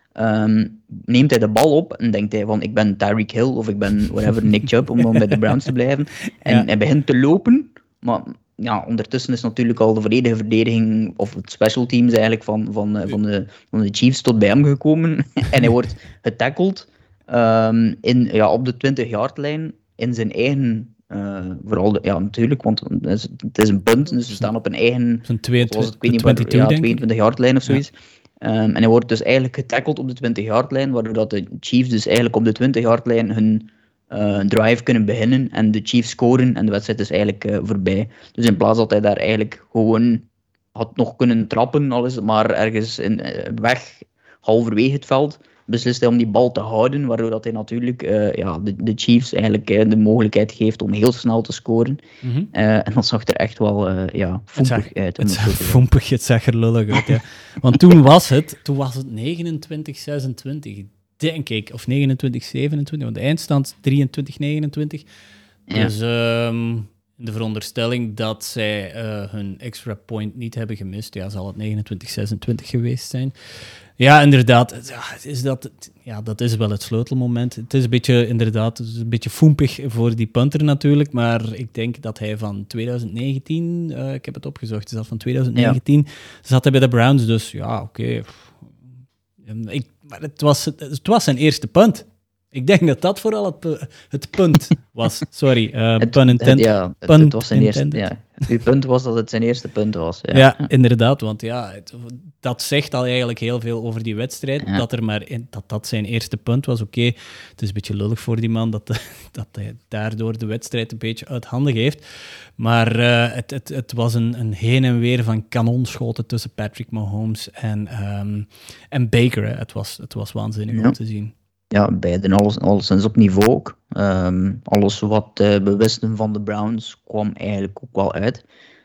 um, neemt hij de bal op en denkt hij van ik ben Tyreek Hill of ik ben whatever, Nick Chubb, om dan bij de Browns te blijven. En Ja. hij begint te lopen, maar ja, ondertussen is natuurlijk al de volledige verdediging of het special teams eigenlijk van, van, uh, van, de, van de Chiefs tot bij hem gekomen. En hij wordt getackled um, in, ja, op de twintig-yard-lijn in zijn eigen... Uh, vooral, de, ja, natuurlijk, want het is, het is een punt, dus ze staan op een eigen... Zo'n wat was het? Ik weet niet, tweeëntwintig, waar- ja, denk ik. tweeëntwintig-yard-lijn of zoiets. Um, en hij wordt dus eigenlijk getackled op de twintig-yard-lijn, waardoor dat de Chiefs dus eigenlijk op de twintig-yard-lijn hun uh, drive kunnen beginnen en de Chiefs scoren en de wedstrijd is eigenlijk uh, voorbij. Dus in plaats dat hij daar eigenlijk gewoon had nog kunnen trappen, al is het maar ergens in, uh, weg, halverwege het veld, beslist hij om die bal te houden, waardoor dat hij natuurlijk uh, ja, de, de Chiefs eigenlijk uh, de mogelijkheid geeft om heel snel te scoren. Mhm. Uh, en dat zag er echt wel uh, ja, Het zag, foempig uit. om het het zag zo te zeggen. foempig, het zag er lullig uit, ja. Want toen was het, toen was het negenentwintig zesentwintig, denk ik, of negenentwintig zevenentwintig, want de eindstand drieëntwintig negenentwintig. Ja. Dus um, de veronderstelling dat zij uh, hun extra point niet hebben gemist, ja, zal het negenentwintig zesentwintig geweest zijn. Ja, inderdaad. Ja, is dat, ja, dat is wel het sleutelmoment. Het is een beetje, inderdaad, het is een beetje foempig voor die punter natuurlijk, maar ik denk dat hij van twintig negentien, uh, ik heb het opgezocht, is dat van twintig negentien, ja. Zat hij bij de Browns, dus ja, oké. Okay. Maar het was, het was zijn eerste punt. Ik denk dat dat vooral het, het punt was. Sorry, uh, het, pun intended. Ja, het, pun het was zijn eerste, intended. ja. Uw punt was dat het zijn eerste punt was. Ja, ja inderdaad, want ja, het, dat zegt al eigenlijk heel veel over die wedstrijd, ja. dat, er maar in, dat dat zijn eerste punt was. Oké, okay, het is een beetje lullig voor die man dat, dat hij daardoor de wedstrijd een beetje uit handen geeft. Maar uh, het, het, het was een, een heen en weer van kanonschoten tussen Patrick Mahomes en, um, en Baker. Hè. Het, was, het was waanzinnig ja. om te zien. Ja, beiden alles, alleszins op niveau ook. Um, alles wat uh, we wisten van de Browns kwam eigenlijk ook wel uit.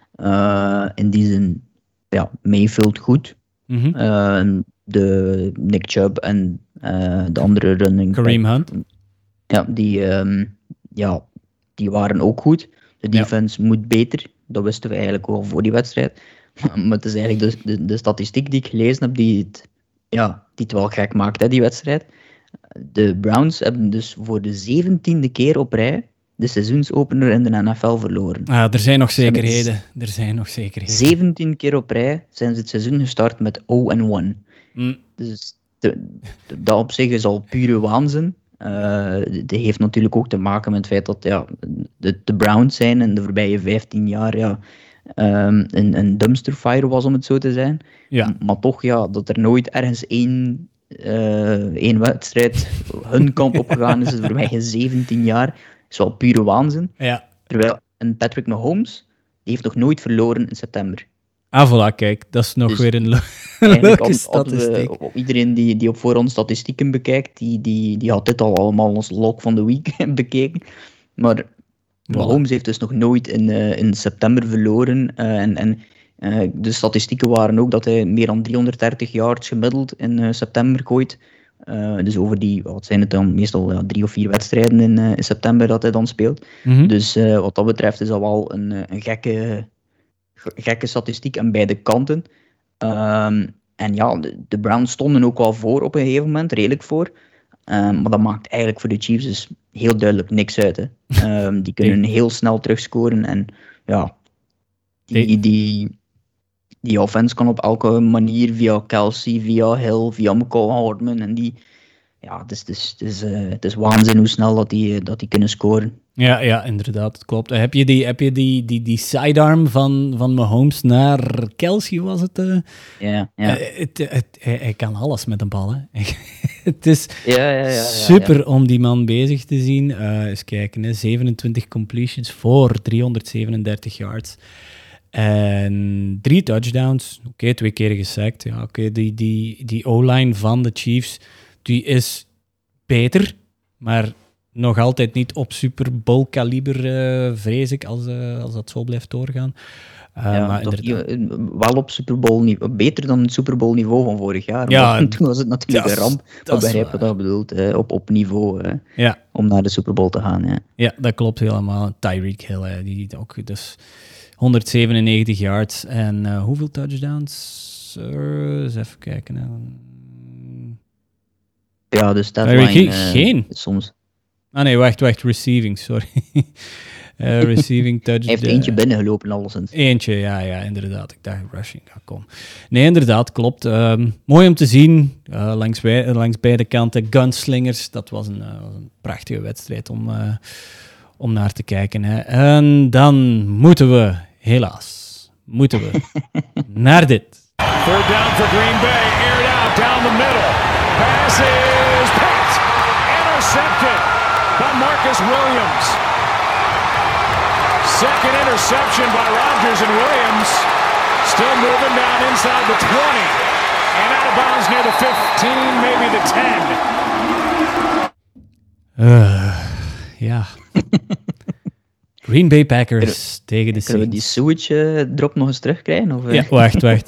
Uh, in die zin, ja, Mayfield goed. Mm-hmm. Uh, de Nick Chubb en uh, de andere running Kareem back, Hunt. Ja, die, um, ja, die waren ook goed. De defense ja. moet beter. Dat wisten we eigenlijk al voor die wedstrijd. Maar het is eigenlijk de, de, de statistiek die ik gelezen heb, die het, ja, die het wel gek maakt, hè, die wedstrijd. De Browns hebben dus voor de zeventiende keer op rij de seizoensopener in de N F L verloren. Ah, er zijn nog zekerheden. Er zijn nog zekerheden. zeventien keer op rij zijn ze het seizoen gestart met zero en one. Mm. Dus de, de, dat op zich is al pure waanzin. Uh, dat heeft natuurlijk ook te maken met het feit dat ja, de, de Browns zijn in de voorbije vijftien jaar ja, um, een, een dumpster fire was, om het zo te zijn. Ja. Maar toch, ja, dat er nooit ergens één... Uh, één wedstrijd hun kant opgegaan is de voorbije zeventien jaar. Is wel pure waanzin. Ja. Terwijl een Patrick Mahomes, die heeft nog nooit verloren in september. Ah, voilà, kijk. Dat is nog dus weer een le- leuke statistiek. We, iedereen die, die op voorhand statistieken bekijkt, die, die, die had dit al allemaal als lock van de week bekeken. Maar voilà. Mahomes heeft dus nog nooit in, uh, in september verloren. Uh, en... en Uh, de statistieken waren ook dat hij meer dan driehonderddertig yards gemiddeld in uh, september gooit. Uh, dus over die, wat zijn het dan, meestal ja, drie of vier wedstrijden in, uh, in september dat hij dan speelt. Mm-hmm. Dus uh, wat dat betreft is dat wel een, een gekke, gekke statistiek aan beide kanten. Um, en ja, de, de Browns stonden ook wel voor op een gegeven moment, redelijk voor. Um, maar dat maakt eigenlijk voor de Chiefs dus heel duidelijk niks uit. Hè. Um, die kunnen heel snel terugscoren en ja, die... die Die offense kan op elke manier, via Kelsey, via Hill, via McCall Hardman. En die, ja, het is, het is, het is, uh, het is waanzin hoe snel dat die, dat die kunnen scoren. Ja, ja, inderdaad, dat klopt. Heb je die, heb je die, die, die sidearm van, van Mahomes naar Kelsey, was het? Uh? Ja, ja. Uh, het, het, hij, hij kan alles met een bal, hè. Het is ja, ja, ja, ja, super ja. om die man bezig te zien. Uh, eens kijken, hè. zevenentwintig completions voor driehonderdzevenendertig yards. En drie touchdowns. Oké, okay, twee keer gesackt. Ja, oké, okay. die, die, die O-line van de Chiefs, die is beter, maar nog altijd niet op Super Bowl kaliber, uh, vrees ik, als, uh, als dat zo blijft doorgaan. Uh, ja, maar toch, wel op Super Bowl niveau, beter dan het Super Bowl niveau van vorig jaar. Ja, maar toen was het natuurlijk dat, een ramp. Ik begrijp wat dat bedoelt, hè, op, op niveau hè, ja. om naar de Super Bowl te gaan. Ja, ja dat klopt helemaal. Tyreek Hill, hè, die ook dus honderdzevenennegentig yards en uh, hoeveel touchdowns? Uh, eens even kijken. Hè. Ja, dus deadline Ge- uh, geen. soms. Ah nee, wacht, wacht, receiving, sorry. Uh, receiving touch. Hij heeft de... eentje binnengelopen, alleszins. Eentje, ja, ja, inderdaad. Ik dacht rushing, ja, kom. Nee, inderdaad, klopt. Um, mooi om te zien, uh, langs, bij, langs beide kanten. Gunslingers, dat was een, uh, was een prachtige wedstrijd om, uh, om naar te kijken. Hè. En dan moeten we, helaas, moeten we naar dit. Third down for Green Bay, aired out down the middle. Pass is picked, intercepted by Marcus Williams. Second interception by Rodgers and Williams. Still moving down inside the twenty. And out of bounds near the fifteen, maybe the ten. Uh, ja. Green Bay Packers Kunnen, tegen de Saints. Kunnen we die sewage uh, drop nog eens terugkrijgen? Of, uh? Ja, wacht, wacht.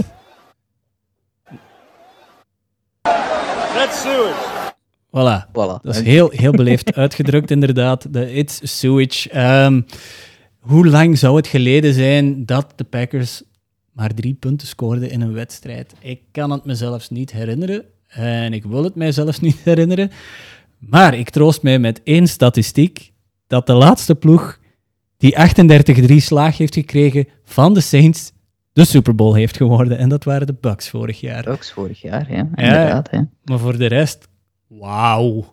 That's sewage. Voilà. voilà. Dat is heel, heel beleefd uitgedrukt, inderdaad. De It's Sewage. Um, Hoe lang zou het geleden zijn dat de Packers maar drie punten scoorden in een wedstrijd? Ik kan het me zelfs niet herinneren. En ik wil het mij zelfs niet herinneren. Maar ik troost mij met één statistiek. Dat de laatste ploeg die achtendertig drie slaag heeft gekregen van de Saints de Super Bowl heeft geworden. En dat waren de Bucks vorig jaar. Bucks vorig jaar, ja. Inderdaad. Ja, ja. Maar voor de rest, wauw.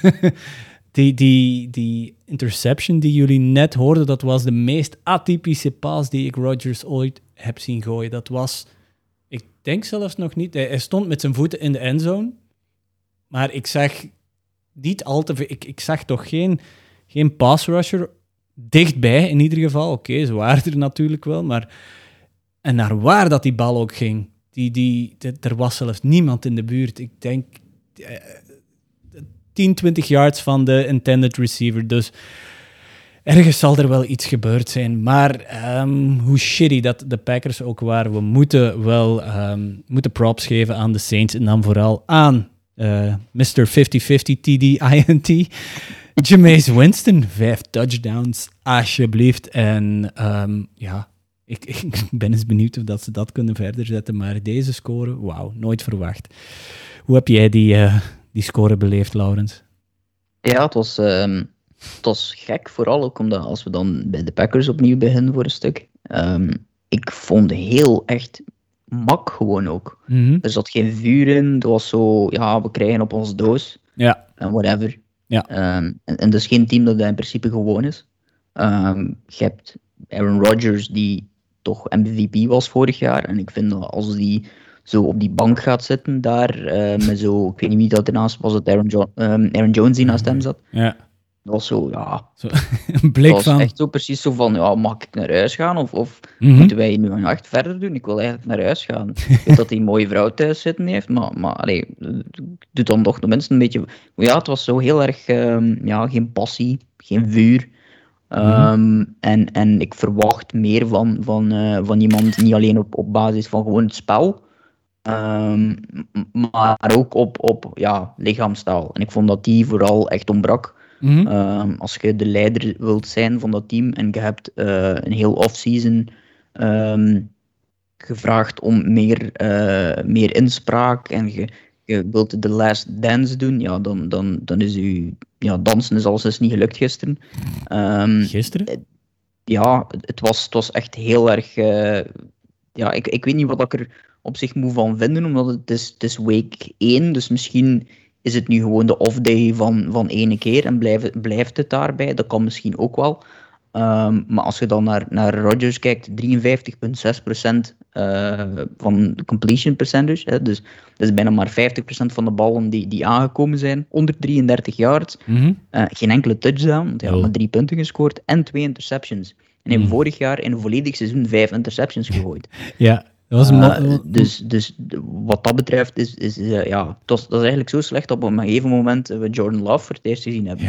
Die, die, die interception die jullie net hoorden, dat was de meest atypische paas die ik Rodgers ooit heb zien gooien. Dat was, ik denk zelfs nog niet, hij stond met zijn voeten in de endzone, maar ik zag niet al te veel, ik, ik zag toch geen, geen pass rusher dichtbij in ieder geval. Oké, okay, ze waren er natuurlijk wel, maar en naar waar dat die bal ook ging, die, die, die, er was zelfs niemand in de buurt. Ik denk... Uh, tien, twintig yards van de intended receiver. Dus ergens zal er wel iets gebeurd zijn. Maar um, hoe shitty dat de Packers ook waren, we moeten wel um, moeten props geven aan de Saints en dan vooral aan uh, mister vijftig vijftig T D I N T. Jameis Winston, vijf touchdowns, alsjeblieft. En um, ja, ik, ik ben eens benieuwd of dat ze dat kunnen verder zetten. Maar deze score, wauw, nooit verwacht. Hoe heb jij die... Uh, die score beleefd, Laurens? Ja, het was, um, het was gek, vooral ook omdat als we dan bij de Packers opnieuw beginnen voor een stuk. Um, ik vond heel echt mak gewoon ook. Mm-hmm. Er zat geen vuur in, het was zo, ja, we krijgen op ons doos. Ja. En whatever. Ja. Um, en, en dat is geen team dat dat in principe gewoon is. Um, je hebt Aaron Rodgers, die toch M V P was vorig jaar. En ik vind dat als die... zo op die bank gaat zitten daar, uh, met zo, ik weet niet wie dat ernaast was, het Aaron, jo- um, Aaron Jones die naast hem zat. Ja. Dat was zo, ja... Zo, een blik dat was van... echt zo precies zo van, ja, mag ik naar huis gaan? Of, of mm-hmm. moeten wij nu nog echt verder doen? Ik wil eigenlijk naar huis gaan. Ik weet dat hij een mooie vrouw thuis zitten heeft, maar, maar allee, doe dan toch tenminste een beetje... Ja, het was zo heel erg, um, ja, geen passie, geen vuur. Mm-hmm. Um, en, en ik verwacht meer van, van, uh, van iemand, niet alleen op, op basis van gewoon het spel... Um, maar ook op, op ja, lichaamstaal. En ik vond dat die vooral echt ontbrak. Mm-hmm. Um, als je de leider wilt zijn van dat team en je hebt uh, een heel off-season um, gevraagd om meer, uh, meer inspraak en je, je wilt de last dance doen, ja, dan, dan, dan is u... Ja, dansen is alles niet gelukt gisteren. Um, gisteren? Ja, het was, het was echt heel erg... Uh, ja, ik, ik weet niet wat ik er op zich moet van vinden, omdat het is, het is week één, dus misschien is het nu gewoon de off-day van, van ene keer en blijft, blijft het daarbij. Dat kan misschien ook wel. Um, maar als je dan naar, naar Rodgers kijkt, drieënvijftig komma zes procent uh, van de completion percentage, hè, dus dat is bijna maar vijftig procent van de ballen die, die aangekomen zijn, honderdrieëndertig yards, Mm-hmm. uh, geen enkele touchdown, want hij had Oh. maar drie punten gescoord en twee interceptions. En hij heeft Mm. vorig jaar in een volledig seizoen vijf interceptions gegooid. Ja, dat was een... Uh, mo- dus, dus wat dat betreft is, is uh, ja, dat is, dat is eigenlijk zo slecht dat op een gegeven moment we Jordan Love voor het eerst gezien hebben. ja,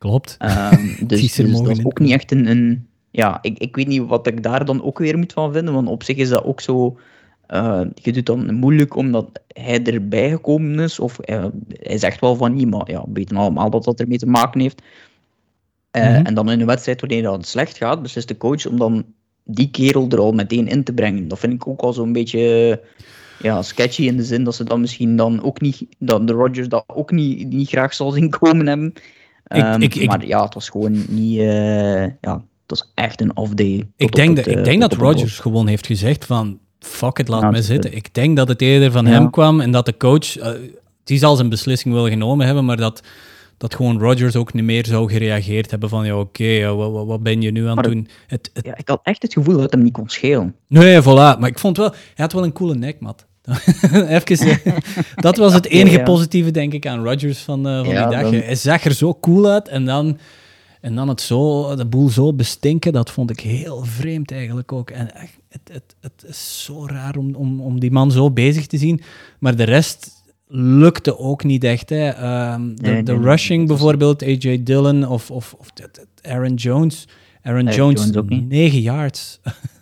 Klopt. Um, dus dus dus dat is ook niet echt een... een ja, ik, ik weet niet wat ik daar dan ook weer moet van vinden, want op zich is dat ook zo... Uh, je doet dan moeilijk omdat hij erbij gekomen is, of uh, hij zegt wel van niet, maar ja, we weten allemaal dat dat ermee te maken heeft. Uh, mm-hmm. En dan in een wedstrijd wanneer dat slecht gaat, beslist de coach om dan die kerel er al meteen in te brengen. Dat vind ik ook al zo'n beetje ja, sketchy in de zin dat ze dan misschien dan ook niet, dat de Rodgers dat ook niet, niet graag zal zien komen hebben. Um, ik, ik, maar ik, ja, het was gewoon niet, uh, ja, het was echt een off-day. Ik denk, het, de, ik denk dat Rodgers gewoon heeft gezegd van, fuck it, laat ja, mij zitten. Ik denk dat het eerder van ja. hem kwam en dat de coach, uh, die zal zijn beslissing wel genomen hebben, maar dat, dat gewoon Rodgers ook niet meer zou gereageerd hebben van, ja oké, okay, uh, wat, wat ben je nu aan het doen? Het, het... Ja, ik had echt het gevoel dat het hem niet kon schelen. Nee, voilà. Maar ik vond wel, hij had wel een coole nek, Matt. Even, dat was het enige ja, ja. positieve, denk ik, aan Rodgers van, uh, van ja, die dag. Dan... Hij zag er zo cool uit en dan... En dan het zo, de boel zo bestinken, dat vond ik heel vreemd eigenlijk ook. En het, het, het is zo raar om, om, om die man zo bezig te zien. Maar de rest lukte ook niet echt. Hè. Um, de, nee, de nee, rushing nee, bijvoorbeeld, A J Dillon of, of, of Aaron Jones. Aaron uh, Jones, Jones negen yards.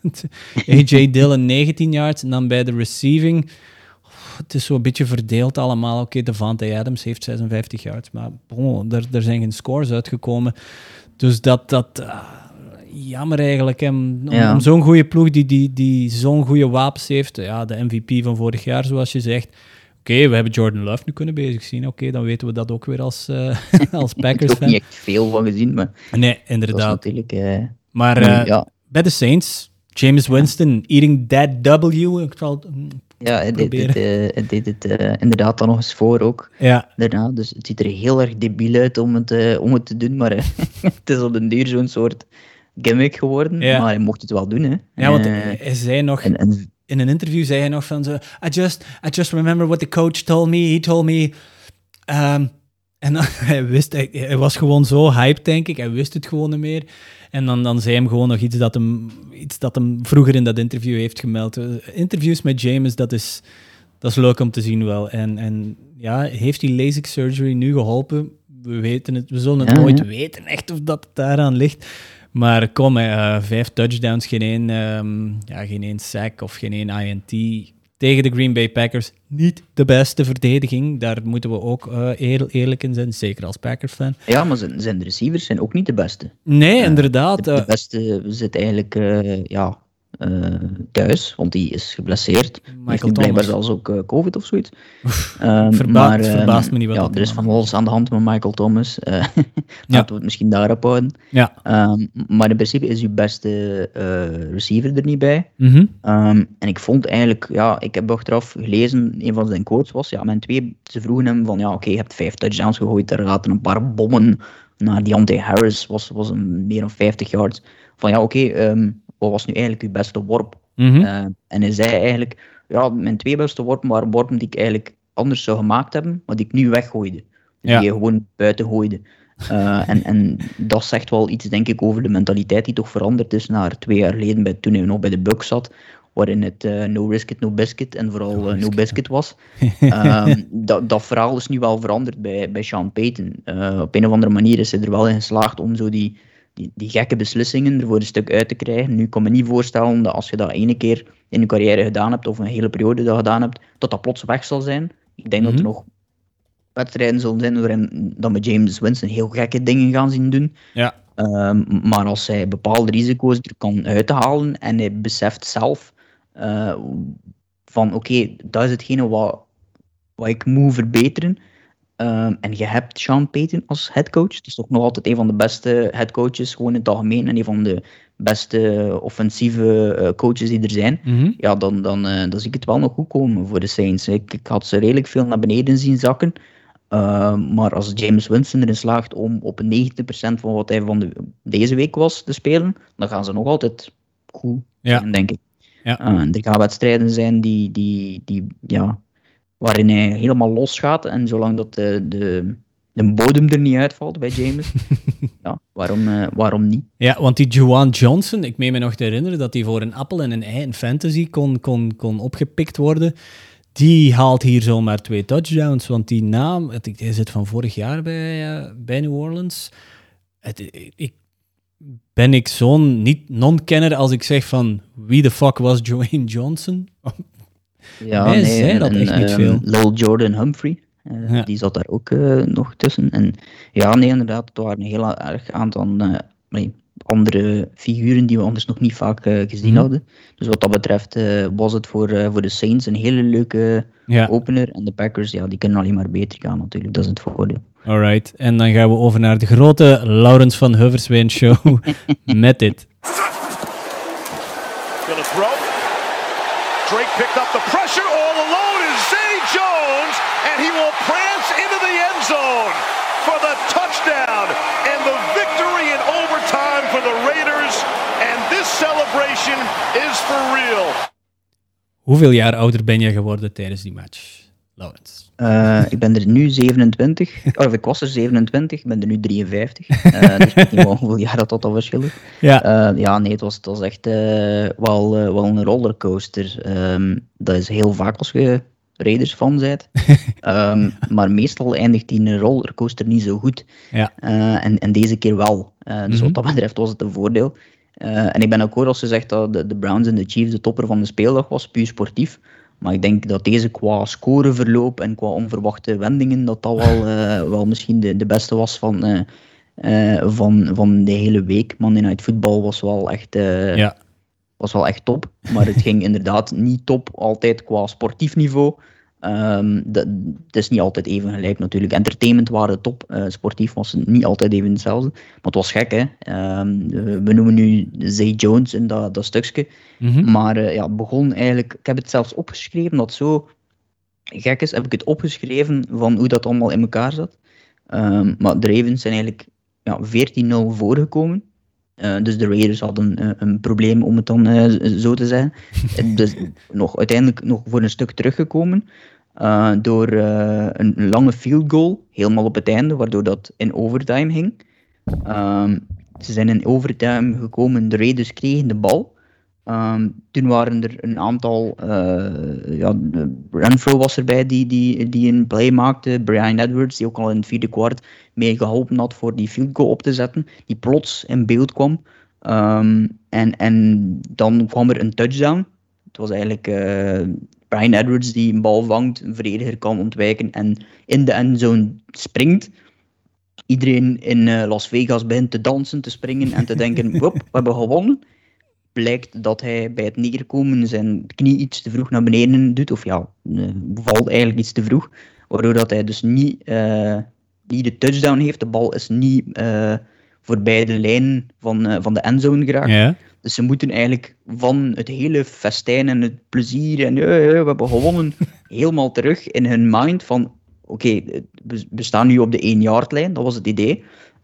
A J Dillon, negentien yards. En dan bij de receiving... Het is zo'n beetje verdeeld allemaal. Oké, okay, Davante Adams heeft zesenvijftig yards, maar bon, er, er zijn geen scores uitgekomen. Dus dat, dat uh, jammer eigenlijk. Hè, om, ja. om zo'n goede ploeg die, die, die zo'n goede wapens heeft, ja, de M V P van vorig jaar, zoals je zegt. Oké, okay, we hebben Jordan Love nu kunnen bezig zien. Oké, okay, dan weten we dat ook weer als, uh, als Packers-fan. Ik heb er ook niet echt veel van gezien, maar... Nee, inderdaad. Natuurlijk, uh, maar uh, ja. bij de Saints, Jameis Winston, ja. eating that W. Ik zal... Ja, hij deed het, uh, hij deed het uh, inderdaad dan nog eens voor ook. Ja. Daarna, dus het ziet er heel erg debiel uit om het, uh, om het te doen, maar uh, het is op den duur zo'n soort gimmick geworden. Ja. Maar hij mocht het wel doen, hè. Ja, want uh, hij zei nog... En, en, in een interview zei hij nog van zo... I just, I just remember what the coach told me. He told me... Um, en dan, hij wist... Hij, hij was gewoon zo hyped, denk ik. Hij wist het gewoon niet meer. En dan, dan zei hem gewoon nog iets dat hem, iets dat hem vroeger in dat interview heeft gemeld. Uh, interviews met Jameis, dat is, dat is leuk om te zien wel. En, en ja, heeft die LASIK surgery nu geholpen? We weten het, we zullen het ja, nooit ja. weten echt of dat daaraan ligt. Maar kom, uh, vijf touchdowns, geen één, um, ja, geen één sack of geen één I N T tegen de Green Bay Packers. Niet de beste verdediging. Daar moeten we ook uh, eer, eerlijk in zijn, zeker als Packers-fan. Ja, maar zijn, zijn receivers zijn ook niet de beste. Nee, uh, inderdaad. De, de beste zit eigenlijk uh, ja, uh, thuis, want die is geblesseerd. Heeft nu blijkbaar zelfs ook uh, COVID of zoiets. Um, Verba- maar, uh, verbaast me niet wat ja, dat er is van alles aan de hand met Michael Thomas. Uh, laten ja. we het misschien daarop houden. Ja. Um, maar in principe is uw beste uh, receiver er niet bij. Mm-hmm. Um, en ik vond eigenlijk, ja, ik heb achteraf gelezen, een van zijn quotes was, ja, mijn twee, ze vroegen hem van, ja, oké, okay, je hebt vijf touchdowns gegooid, er laten een paar bommen naar Deontay Harris, was, was een meer dan vijftig yards. Van ja, oké, okay, um, wat was nu eigenlijk uw beste worp? Mm-hmm. Uh, en hij zei eigenlijk, ja, mijn twee beste worpen waren worpen die ik eigenlijk anders zou gemaakt hebben, maar die ik nu weggooide. Dus ja. die je gewoon buiten gooide. Uh, en, en dat zegt wel iets, denk ik, over de mentaliteit die toch veranderd is naar twee jaar geleden, bij, toen hij nog bij de Bucs zat, waarin het uh, no risk it, no biscuit en vooral uh, no biscuit was. uh, dat, dat verhaal is nu wel veranderd bij, bij Sean Payton. Uh, op een of andere manier is hij er wel in geslaagd om zo die, die, die gekke beslissingen er voor een stuk uit te krijgen. Nu kan me niet voorstellen dat als je dat ene keer in je carrière gedaan hebt, of een hele periode dat gedaan hebt, dat dat plots weg zal zijn. Ik denk mm-hmm. dat er nog wedstrijden zullen zijn waarin dat met Jameis Winston heel gekke dingen gaan zien doen. Ja. Um, maar als hij bepaalde risico's er kan uithalen en hij beseft zelf uh, van oké, okay, dat is hetgene wat, wat ik moet verbeteren. Um, en je hebt Sean Payton als headcoach. Het is toch nog altijd een van de beste headcoaches gewoon in het algemeen en een van de beste offensieve uh, coaches die er zijn. Mm-hmm. Ja, dan, dan, uh, dan zie ik het wel nog goed komen voor de Saints. Ik, ik had ze redelijk veel naar beneden zien zakken. Uh, maar als Jameis Winston erin slaagt om op negentig procent van wat hij van de, deze week was te spelen, dan gaan ze nog altijd goed ja. zijn, denk ik. Ja. Uh, er gaan wedstrijden zijn die, die, die, ja, waarin hij helemaal los gaat. En zolang dat de, de, de bodem er niet uitvalt bij Jameis, ja, waarom, uh, waarom niet? Ja, want die Juwan Johnson, ik meen me nog te herinneren dat hij voor een appel en een ei in fantasy kon, kon, kon opgepikt worden. Die haalt hier zomaar twee touchdowns, want die naam, hij zit van vorig jaar bij, uh, bij New Orleans. Het, ik, ben ik zo'n niet non-kenner als ik zeg van wie de fuck was Dwayne Johnson? Ja, Mij nee, zei dat en, echt niet um, veel. Lil Jordan Humphrey, uh, ja. die zat daar ook uh, nog tussen. En ja, nee, inderdaad, het waren een heel erg aantal uh, nee, andere figuren die we anders nog niet vaak uh, gezien mm-hmm. hadden. Dus wat dat betreft uh, was het voor, uh, voor de Saints een hele leuke ja. opener. En de Packers, ja, die kunnen alleen maar beter gaan natuurlijk, dat is het voordeel. Alright, en dan gaan we over naar de grote Laurens van Heuverswijn show met dit. Drake picked up the pressure, all alone is Zay Jones, and he will prance into the end zone for the touchdown and the victory in overtime for the Raiders, and this celebration is for real. Hoeveel jaar ouder ben je geworden tijdens die match, Laurens? Uh, ik ben er nu zevenentwintig, of ik was er zevenentwintig, ik ben er nu drieënvijftig. Uh, dus ik weet niet hoeveel jaar dat, dat al verschil is. Ja. Uh, ja, nee, het was, het was echt uh, wel, uh, wel een rollercoaster. Um, dat is heel vaak als je Raiders fan bent. um, maar meestal eindigt die rollercoaster niet zo goed. Ja. Uh, en, en deze keer wel. Uh, dus mm-hmm. wat dat betreft was het een voordeel. Uh, en ik ben akkoord als ze zegt dat de, de Browns en de Chiefs de topper van de speeldag was, puur sportief. Maar ik denk dat deze qua scoreverloop en qua onverwachte wendingen, dat dat wel, uh, wel misschien de, de beste was van, uh, uh, van, van de hele week. Monday Night Football was wel echt, uh, ja. was wel echt top. Maar het ging inderdaad niet top altijd qua sportief niveau. Um, dat, het is niet altijd even gelijk natuurlijk. Entertainment waren top, uh, sportief was het niet altijd even hetzelfde. Maar het was gek, hè. Um, we noemen nu Zay Jones in dat, dat stukje. Mm-hmm. Maar uh, ja, het begon eigenlijk... Ik heb het zelfs opgeschreven, dat het zo gek is, heb ik het opgeschreven van hoe dat allemaal in elkaar zat. Um, maar de Ravens zijn eigenlijk ja, veertien nul voorgekomen. Uh, dus de Raiders hadden uh, een probleem, om het dan uh, zo te zeggen. Dus nog, uiteindelijk nog voor een stuk teruggekomen uh, door uh, een lange field goal, helemaal op het einde, waardoor dat in overtime ging. Um, ze zijn in overtime gekomen, de Raiders kregen de bal. Um, toen waren er een aantal, uh, ja, Renfro was erbij die, die, die een play maakte, Brian Edwards, die ook al in het vierde kwart mee geholpen had voor die field goal op te zetten, die plots in beeld kwam. Um, en, en dan kwam er een touchdown. Het was eigenlijk uh, Brian Edwards die een bal vangt, een verdediger kan ontwijken en in de endzone springt. Iedereen in uh, Las Vegas begint te dansen, te springen en te denken, wop, we hebben gewonnen. Blijkt dat hij bij het neerkomen zijn knie iets te vroeg naar beneden doet, of ja, valt eigenlijk iets te vroeg, waardoor dat hij dus niet, uh, niet de touchdown heeft. De bal is niet uh, voorbij de lijn van, uh, van de endzone geraakt. Ja. Dus ze moeten eigenlijk van het hele festijn en het plezier en uh, uh, we hebben gewonnen, helemaal terug in hun mind van oké, okay, we, we staan nu op de één-yard-lijn, dat was het idee.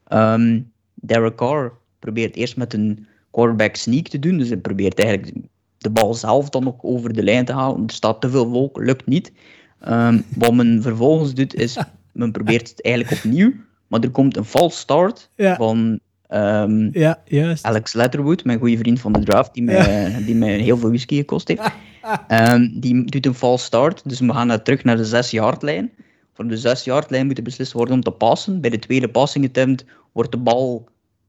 Um, Derek Carr probeert eerst met een quarterback sneak te doen, dus hij probeert eigenlijk de bal zelf dan nog over de lijn te halen. Er staat te veel volk, lukt niet. Um, wat men vervolgens doet is, men probeert het eigenlijk opnieuw, maar er komt een false start ja. van um, ja, Alex Leatherwood, mijn goede vriend van de draft, die mij, ja. die mij heel veel whisky gekost heeft. Um, die doet een false start, dus we gaan naar, terug naar de zes-yard-lijn. Voor de zes-yard-lijn moet er beslist worden om te passen. Bij de tweede passing attempt wordt de bal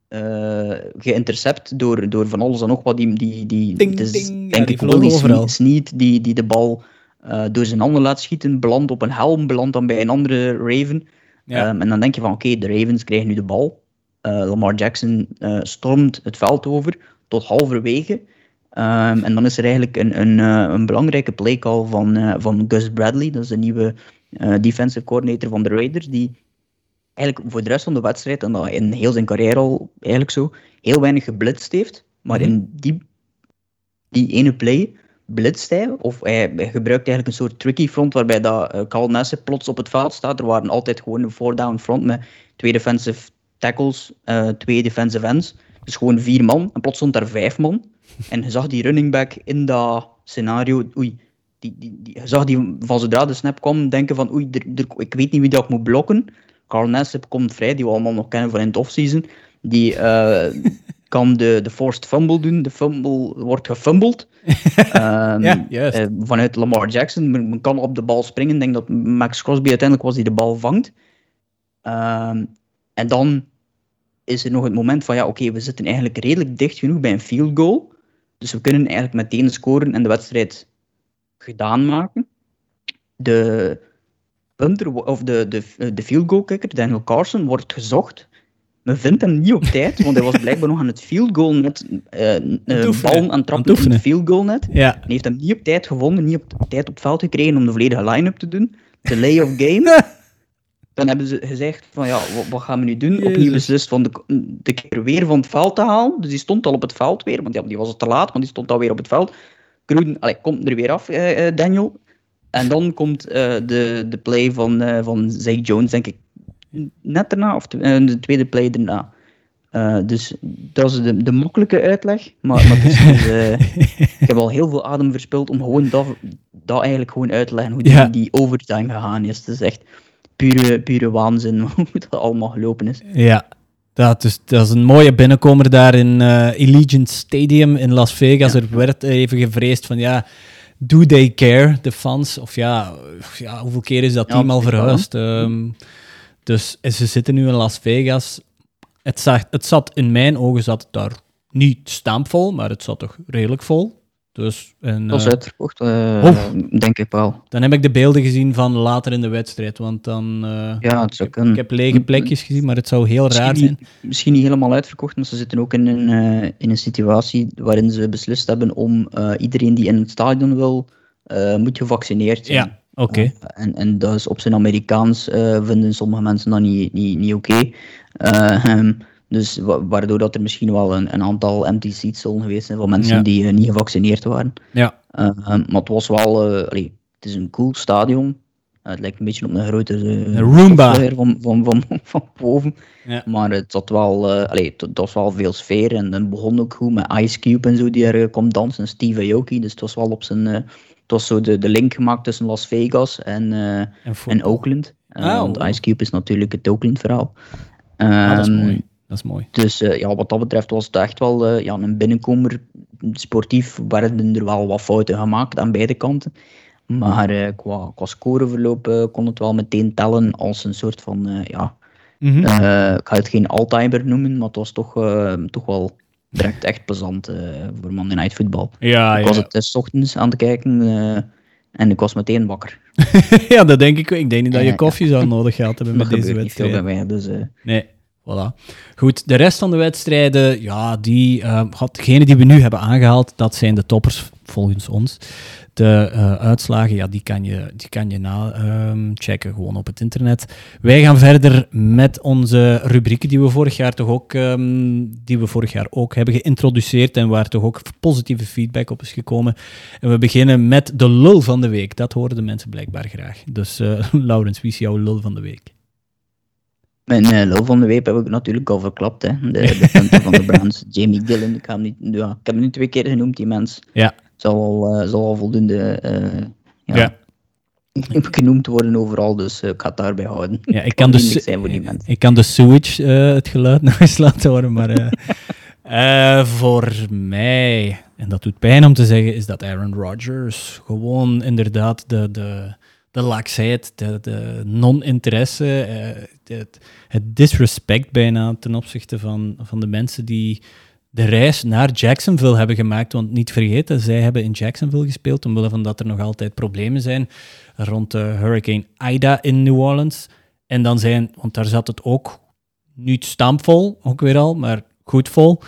Uh, geïntercept door, door van alles en nog wat. Die, die, die, ding, dus, ding. Denk ja, ik wel die Snead die, die de bal uh, door zijn handen laat schieten, belandt op een helm, belandt dan bij een andere Raven. Ja. Um, en dan denk je van oké, okay, de Ravens krijgen nu de bal. Uh, Lamar Jackson uh, stormt het veld over tot halverwege. Um, en dan is er eigenlijk een, een, uh, een belangrijke playcall van, uh, van Gus Bradley, dat is de nieuwe uh, defensive coordinator van de Raiders, die eigenlijk voor de rest van de wedstrijd, en dat in heel zijn carrière al eigenlijk zo, heel weinig geblitst heeft. Maar mm-hmm. in die, die ene play blitst hij, of hij, hij gebruikt eigenlijk een soort tricky front, waarbij dat uh, Kyle Nassib plots op het veld staat. Er waren altijd gewoon een four-down front met twee defensive tackles, uh, twee defensive ends. Dus gewoon vier man, en plots stond daar vijf man. En je zag die running back in dat scenario, oei, die, die, die, je zag die van zodra de snap kwam denken van oei, er, er, ik weet niet wie dat ik moet blokken. Carl Nassib komt vrij, die we allemaal nog kennen van in het offseason. Die uh, kan de, de forced fumble doen. De fumble wordt gefumbled. um, ja, uh, vanuit Lamar Jackson. Men, men kan op de bal springen. Ik denk dat Max Crosby uiteindelijk was die de bal vangt. Um, en dan is er nog het moment van, ja, oké, okay, we zitten eigenlijk redelijk dicht genoeg bij een field goal. Dus we kunnen eigenlijk meteen scoren en de wedstrijd gedaan maken. De punter, of de, de, de field goal kicker, Daniel Carson, wordt gezocht. Men vindt hem niet op tijd, want hij was blijkbaar nog aan het field goal net uh, uh, ballen aan het trappen in het field goal net. Ja. En heeft hem niet op tijd gevonden, niet op tijd op het veld gekregen om de volledige line-up te doen. Delay of game. Dan hebben ze gezegd van ja, wat, wat gaan we nu doen? Jezus. Opnieuw beslist van de, de keer weer van het veld te halen. Dus die stond al op het veld weer, want ja, die was al te laat, maar die stond al weer op het veld. Gruden, allee, komt er weer af, uh, Daniel. En dan komt uh, de, de play van, uh, van Zay Jones, denk ik, net daarna, of de, uh, de tweede play daarna. Uh, dus dat is de, de makkelijke uitleg. Maar, maar dus, uh, ik heb al heel veel adem verspild om gewoon dat, dat eigenlijk gewoon uit te leggen, hoe die, ja. die overtime gegaan is. Het is echt pure, pure waanzin hoe dat allemaal gelopen is. Ja, dat is, dat is een mooie binnenkomer daar in uh, Allegiant Stadium in Las Vegas. Ja. Er werd even gevreesd van ja, do they care, de fans? Of ja, ja hoeveel keer is dat team ja, al verhuisd? Um, dus ze zitten nu in Las Vegas. Het, zag, het zat, in mijn ogen zat het daar niet stampvol, maar het zat toch redelijk vol. Dus, en, dat was uh, uitverkocht, uh, oh, denk ik wel. Dan heb ik de beelden gezien van later in de wedstrijd, want dan... Uh, ja, het zou ik, kunnen. Ik heb lege plekjes gezien, maar het zou heel misschien raar zijn. Niet, misschien niet helemaal uitverkocht, maar ze zitten ook in een, uh, in een situatie waarin ze beslist hebben om uh, iedereen die in het stadion wil, uh, moet gevaccineerd zijn. Ja, oké. Okay. Uh, en, en dat is op zijn Amerikaans, uh, vinden sommige mensen dat niet, niet, niet oké. Okay. Uh, um, Dus wa- waardoor dat er misschien wel een, een aantal empty seats zullen geweest zijn van mensen ja. die uh, niet gevaccineerd waren. Ja. Uh, maar het was wel... Uh, allee, het is een cool stadion. Uh, het lijkt een beetje op een grote... Uh, een Roomba. Van, van, van, van boven. Ja. Maar het zat wel... Uh, allee, het, het was wel veel sfeer. En het begon ook goed met Ice Cube en zo die er uh, komt dansen. En Steve Aoki. Dus het was wel op zijn... Uh, het was zo de, de link gemaakt tussen Las Vegas en, uh, en, en Oakland. Uh, oh. Want Ice Cube is natuurlijk het Oakland verhaal. Um, ah, dat is mooi. Dat is mooi. Dus uh, ja, wat dat betreft was het echt wel uh, ja, een binnenkomer. Sportief werden er wel wat fouten gemaakt aan beide kanten. Maar uh, qua, qua scoreverloop uh, kon het wel meteen tellen als een soort van... Uh, ja, mm-hmm. uh, ik ga het geen all-timer noemen, maar het was toch, uh, toch wel direct echt plezant uh, voor Monday Night Football. Ja, ik ja. was het uh, 's ochtends aan het kijken uh, en ik was meteen wakker. Ja, dat denk ik. Ik denk niet dat je koffie zou nodig gehad hebben met deze wedstrijd. Dat gebeurt niet veel bij mij, dus... Uh, nee. Voilà. Goed, de rest van de wedstrijden, ja, die, uh, degene die we nu hebben aangehaald, dat zijn de toppers volgens ons. De uh, uitslagen, ja, die kan je, die kan je na um, checken gewoon op het internet. Wij gaan verder met onze rubrieken die we vorig jaar toch ook, um, die we vorig jaar ook hebben geïntroduceerd en waar toch ook positieve feedback op is gekomen. En we beginnen met de lul van de week. Dat horen de mensen blijkbaar graag. Dus uh, Laurens, wie is jouw lul van de week? Mijn uh, lul van de week heb ik natuurlijk al verklapt. Hè. De, de punten van de Browns, Jamie Gillen. Ik, ga hem niet, ja, ik heb hem nu twee keer genoemd, die mens. Ja. Zal al, uh, zal al voldoende uh, ja, ja. genoemd worden overal, dus uh, ik ga het daarbij houden. Ja, ik, kan de su- zijn voor die mensen. ik kan de sewage, uh, het geluid nog eens laten horen, maar uh, uh, voor mij, en dat doet pijn om te zeggen, is dat Aaron Rodgers gewoon inderdaad de... de de laksheid, de, de non-interesse, uh, het, het disrespect bijna ten opzichte van, van de mensen die de reis naar Jacksonville hebben gemaakt. Want niet vergeten, zij hebben in Jacksonville gespeeld, omwille van dat er nog altijd problemen zijn rond de Hurricane Ida in New Orleans. En dan zijn, want daar zat het ook niet stampvol, ook weer al, maar goed vol.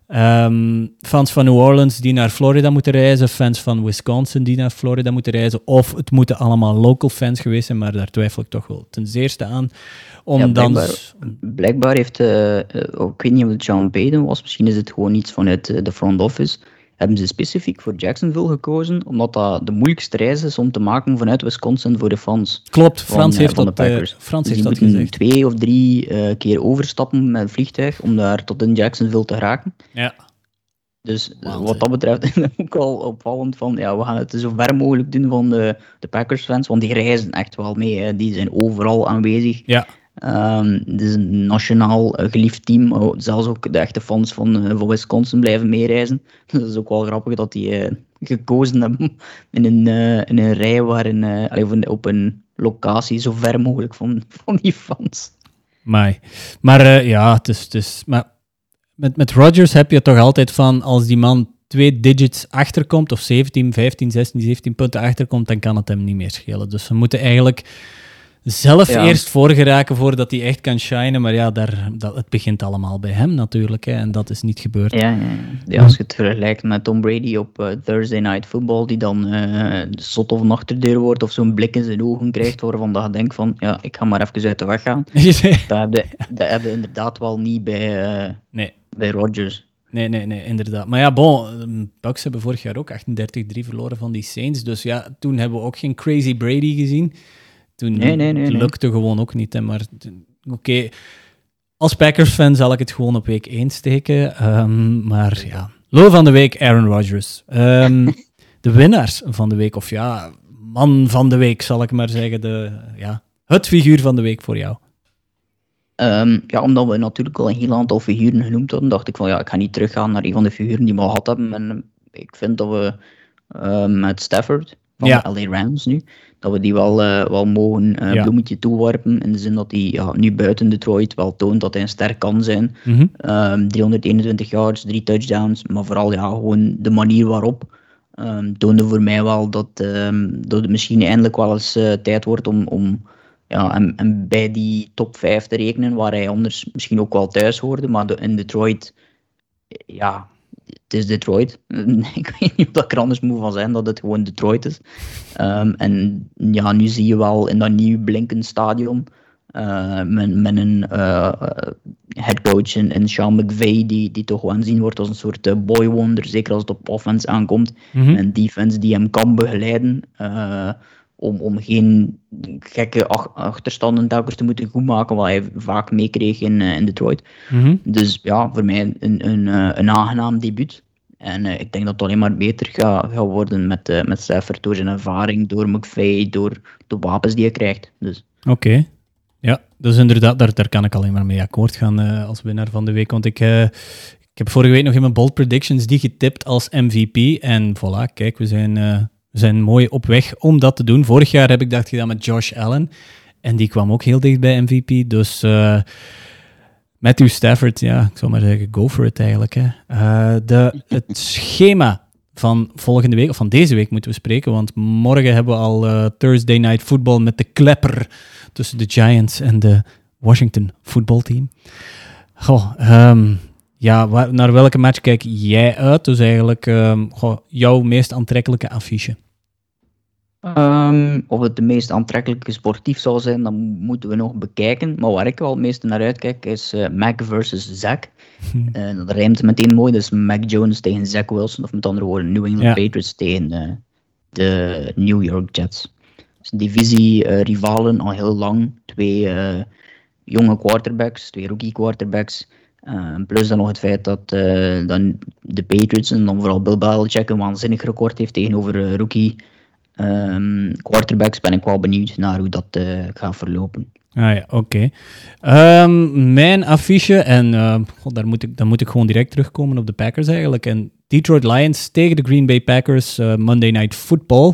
Um, fans van New Orleans die naar Florida moeten reizen, fans van Wisconsin die naar Florida moeten reizen, of het moeten allemaal local fans geweest zijn, maar daar twijfel ik toch wel ten zeerste aan. Om ja, blijkbaar, dan... blijkbaar heeft, uh, uh, ik weet niet of het John Payton was, misschien is het gewoon iets vanuit uh, de front office, hebben ze specifiek voor Jacksonville gekozen, omdat dat de moeilijkste reis is om te maken vanuit Wisconsin voor de fans. Klopt, Frans van, heeft uh, dat, uh, Frans dus heeft dat gezegd. gezegd. twee of drie uh, keer overstappen met een vliegtuig om daar tot in Jacksonville te geraken. Ja. Dus wow, wat dat betreft is het ook al opvallend van, ja, we gaan het zo ver mogelijk doen van de, de Packers-fans, want die reizen echt wel mee, hè. Die zijn overal aanwezig. Ja. Um, het is een nationaal uh, geliefd team, oh, zelfs ook de echte fans van, uh, van Wisconsin blijven meereizen. Dus dat is ook wel grappig dat die uh, gekozen hebben in een, uh, in een rij waarin, uh, allee, op een locatie zo ver mogelijk van, van die fans. Maar, maar uh, ja, het is... Het is maar met, met Rodgers heb je toch altijd van, als die man twee digits achterkomt, of zeventien, vijftien, zestien, zeventien punten achterkomt, dan kan het hem niet meer schelen. Dus we moeten eigenlijk zelf ja. eerst voorgeraken voordat hij echt kan shinen. Maar ja, daar, dat, het begint allemaal bij hem natuurlijk. Hè, en dat is niet gebeurd. Ja, ja, ja. Als je het vergelijkt met Tom Brady op uh, Thursday Night Football, die dan uh, zot of een achterdeur wordt of zo'n blik in zijn ogen krijgt, waarvan dat je denkt van, ja, ik ga maar even uit de weg gaan. dat heb je, dat heb je inderdaad wel niet bij, uh, nee. bij Rodgers. Nee, nee, nee, inderdaad. Maar ja, bon, Bucks hebben vorig jaar ook achtendertig drie verloren van die Saints. Dus ja, toen hebben we ook geen crazy Brady gezien. Toen nee, nee, nee, lukte nee. gewoon ook niet. Hè. Maar oké, okay. Als Packers-fan zal ik het gewoon op week één steken. Um, maar ja, lul van de week, Aaron Rodgers. Um, de winnaars van de week, of ja, man van de week, zal ik maar zeggen. De, ja, het figuur van de week voor jou. Um, ja, omdat we natuurlijk al een heel aantal figuren genoemd hadden, dacht ik van ja, ik ga niet teruggaan naar een van de figuren die we al gehad hebben. En ik vind dat we uh, met Stafford, van ja. de L A Rams nu, dat we die wel, uh, wel mogen uh, ja. bloemetje toewerpen. In de zin dat hij ja, nu buiten Detroit wel toont dat hij een ster kan zijn. Mm-hmm. Um, driehonderdeenentwintig yards, drie touchdowns, maar vooral ja, gewoon de manier waarop. Um, toonde voor mij wel dat, um, dat het misschien eindelijk wel eens uh, tijd wordt om... om Ja, en, en bij die top vijf te rekenen, waar hij anders misschien ook wel thuis hoorde, maar de, in Detroit, ja, het is Detroit. Ik weet niet of ik er anders moet van zijn dat het gewoon Detroit is. Um, en ja, nu zie je wel in dat nieuw blinkend stadion, uh, met, met een uh, headcoach in, in Sean McVay, die, die toch wel aanzien wordt als een soort uh, boy wonder, zeker als het op offense aankomt. Mm-hmm. En defense die hem kan begeleiden. Uh, Om, om geen gekke ach- achterstanden telkens te moeten goedmaken, wat hij vaak meekreeg in, uh, in Detroit. Mm-hmm. Dus ja, voor mij een, een, uh, een aangenaam debuut. En uh, ik denk dat het alleen maar beter gaat ga worden met, uh, met Stafford, door zijn ervaring, door McVay, door de wapens die hij krijgt. Dus. Oké. Okay. Ja, dus inderdaad, daar, daar kan ik alleen maar mee akkoord gaan uh, als winnaar van de week. Want ik, uh, ik heb vorige week nog in mijn bold predictions die getipt als M V P. En voilà, kijk, we zijn... Uh, We zijn mooi op weg om dat te doen. Vorig jaar heb ik dat gedaan met Josh Allen. En die kwam ook heel dicht bij M V P. Dus uh, Matthew Stafford, ja, ik zou maar zeggen, go for it eigenlijk. Hè. Uh, de, het schema van volgende week, of van deze week moeten we spreken, want morgen hebben we al uh, Thursday Night Football met de klepper tussen de Giants en de Washington voetbalteam. Goh, um, ja, waar, naar welke match kijk jij uit? Dus eigenlijk um, goh, jouw meest aantrekkelijke affiche. Um, of het de meest aantrekkelijke sportief zal zijn, dat moeten we nog bekijken. Maar waar ik wel het meeste naar uitkijk is uh, Mac versus Zach. Hmm. Uh, dat rijmt meteen mooi. Dus Mac Jones tegen Zach Wilson. Of met andere woorden, New England ja. Patriots tegen uh, de New York Jets. Dus divisie-rivalen uh, al heel lang. Twee uh, jonge quarterbacks, twee rookie quarterbacks. Uh, plus dan nog het feit dat uh, dan de Patriots en dan vooral Bill Belichick een waanzinnig record heeft tegenover uh, rookie um, quarterbacks. Ben ik wel benieuwd naar hoe dat uh, gaat verlopen. Ah ja, oké. Okay. Um, mijn affiche, en uh, god, daar moet ik, dan moet ik gewoon direct terugkomen op de Packers eigenlijk. En Detroit Lions tegen de Green Bay Packers, uh, Monday Night Football.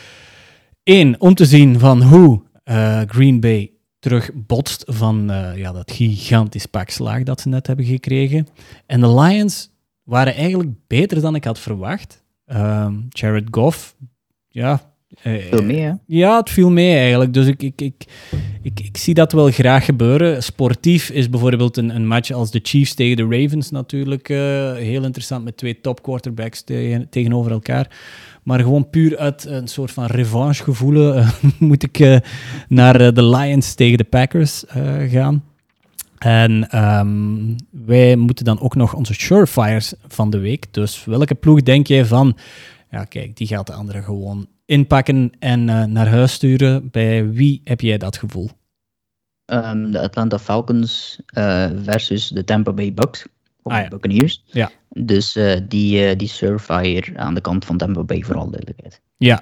Eén, om te zien van hoe uh, Green Bay terug botst van uh, ja, dat gigantisch pak slaag dat ze net hebben gekregen. En de Lions waren eigenlijk beter dan ik had verwacht. Um, Jared Goff, ja... Het viel mee, hè? Ja, het viel mee eigenlijk. Dus ik, ik, ik, ik, ik zie dat wel graag gebeuren. Sportief is bijvoorbeeld een, een match als de Chiefs tegen de Ravens natuurlijk uh, heel interessant met twee top quarterbacks tegen, tegenover elkaar. Maar gewoon puur uit een soort van revanchegevoel uh, moet ik uh, naar uh, de Lions tegen de Packers uh, gaan. En um, wij moeten dan ook nog onze surefires van de week. Dus welke ploeg denk jij van... Ja, kijk, die gaat de andere gewoon inpakken en uh, naar huis sturen. Bij wie heb jij dat gevoel? Um, de Atlanta Falcons uh, versus de Tampa Bay Bucks. Of ah, ja. de Buccaneers. Ja. Dus uh, die, uh, die surefire aan de kant van Tampa Bay, vooral duidelijkheid. Ja,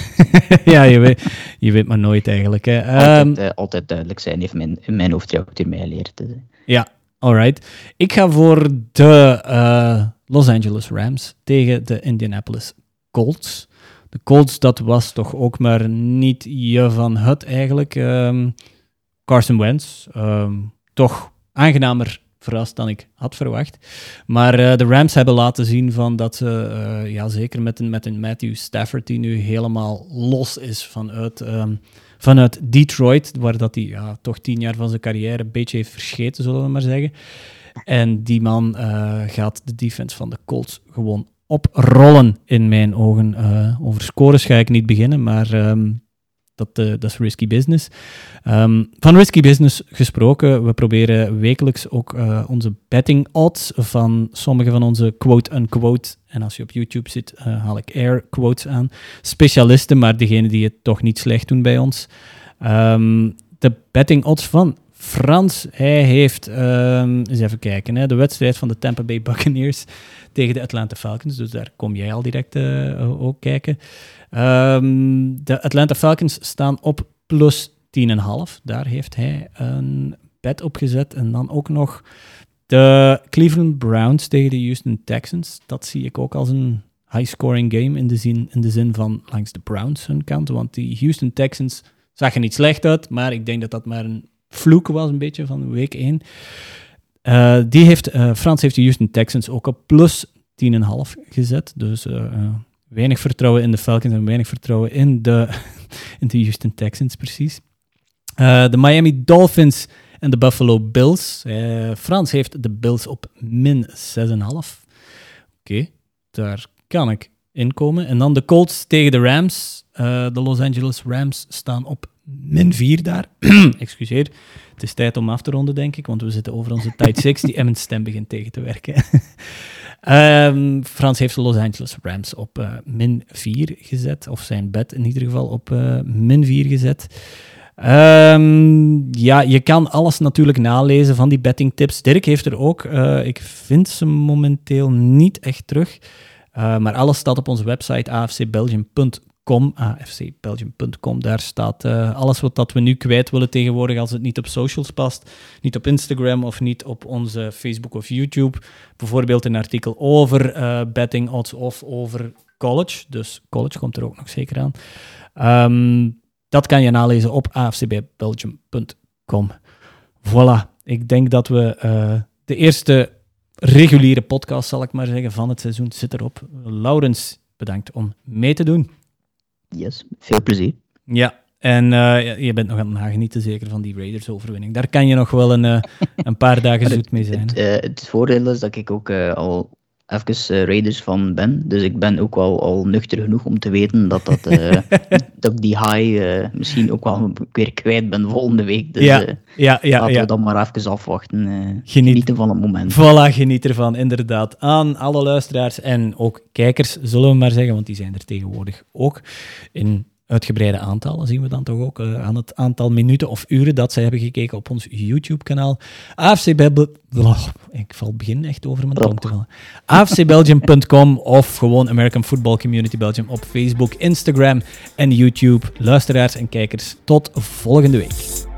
ja je, weet, je weet maar nooit eigenlijk. Hè. Altijd, um, uh, altijd duidelijk zijn, heeft mijn, in mijn hoofd jou hier mij geleerd. Dus. Ja, alright. Ik ga voor de uh, Los Angeles Rams tegen de Indianapolis Colts. De Colts, dat was toch ook maar niet je van het eigenlijk. Um, Carson Wentz, um, toch aangenamer verrast dan ik had verwacht. Maar uh, de Rams hebben laten zien van dat ze, uh, ja, zeker met een, met een Matthew Stafford die nu helemaal los is vanuit, um, vanuit Detroit, waar dat hij ja, toch tien jaar van zijn carrière een beetje heeft verscheten, zullen we maar zeggen. En die man uh, gaat de defense van de Colts gewoon oprollen, in mijn ogen. Uh, over scores ga ik niet beginnen, maar um, dat, uh, dat is risky business. Um, van risky business gesproken, we proberen wekelijks ook uh, onze betting odds van sommige van onze quote-unquote, en als je op YouTube zit, uh, haal ik air quotes aan, specialisten, maar degene die het toch niet slecht doen bij ons. Um, de betting odds van Frans, hij heeft, um, eens even kijken, hè, de wedstrijd van de Tampa Bay Buccaneers tegen de Atlanta Falcons, dus daar kom jij al direct uh, ook kijken. Um, de Atlanta Falcons staan op plus tien komma vijf, daar heeft hij een bet op gezet. En dan ook nog de Cleveland Browns tegen de Houston Texans, dat zie ik ook als een high-scoring game in de zin, in de zin van langs de Browns hun kant, want die Houston Texans zag er niet slecht uit, maar ik denk dat dat maar een vloek was een beetje van week één. Uh, die heeft, uh, Frans heeft de Houston Texans ook op plus tien komma vijf gezet. Dus uh, uh, weinig vertrouwen in de Falcons en weinig vertrouwen in de, in de Houston Texans, precies. Uh, de Miami Dolphins en de Buffalo Bills. Uh, Frans heeft de Bills op min zes komma vijf. Oké, okay, daar kan ik inkomen. En dan de Colts tegen de Rams. Uh, de Los Angeles Rams staan op min vier daar. Excuseer. Het is tijd om af te ronden, denk ik, want we zitten over onze tight zestig en mijn stem begint tegen te werken. um, Frans heeft de Los Angeles Rams op uh, min vier gezet, of zijn bet in ieder geval op uh, min vier gezet. Um, ja, je kan alles natuurlijk nalezen van die bettingtips. Dirk heeft er ook. Uh, ik vind ze momenteel niet echt terug. Uh, maar alles staat op onze website a f c belgium punt com. a f c belgium punt com. Daar staat uh, alles wat dat we nu kwijt willen tegenwoordig als het niet op socials past. Niet op Instagram of niet op onze Facebook of YouTube. Bijvoorbeeld een artikel over uh, betting odds of over college. Dus college komt er ook nog zeker aan. Um, dat kan je nalezen op a f c belgium punt com. Voilà. Ik denk dat we uh, de eerste reguliere podcast, zal ik maar zeggen, van het seizoen zit erop. Laurens, bedankt om mee te doen. Yes, veel plezier. Ja, en uh, je bent nog aan het nagenieten zeker van die Raiders-overwinning. Daar kan je nog wel een, uh, een paar dagen zoet mee zijn. Het, uh, het voordeel is dat ik ook uh, al even uh, Raiders fan ben, dus ik ben ook wel al nuchter genoeg om te weten dat, dat, uh, dat ik die high uh, misschien ook wel weer kwijt ben volgende week. Dus ja, uh, ja, ja, laten ja. we dan maar even afwachten. Uh, Geniet. Genieten van het moment. Voilà, geniet ervan, inderdaad. Aan alle luisteraars en ook kijkers, zullen we maar zeggen, want die zijn er tegenwoordig ook in uitgebreide aantallen, zien we dan toch ook uh, aan het aantal minuten of uren dat zij hebben gekeken op ons YouTube-kanaal. A F C Belgium... Oh, ik val begin echt over mijn tong te vallen. a f c belgium punt com of gewoon American Football Community Belgium op Facebook, Instagram en YouTube. Luisteraars en kijkers, tot volgende week.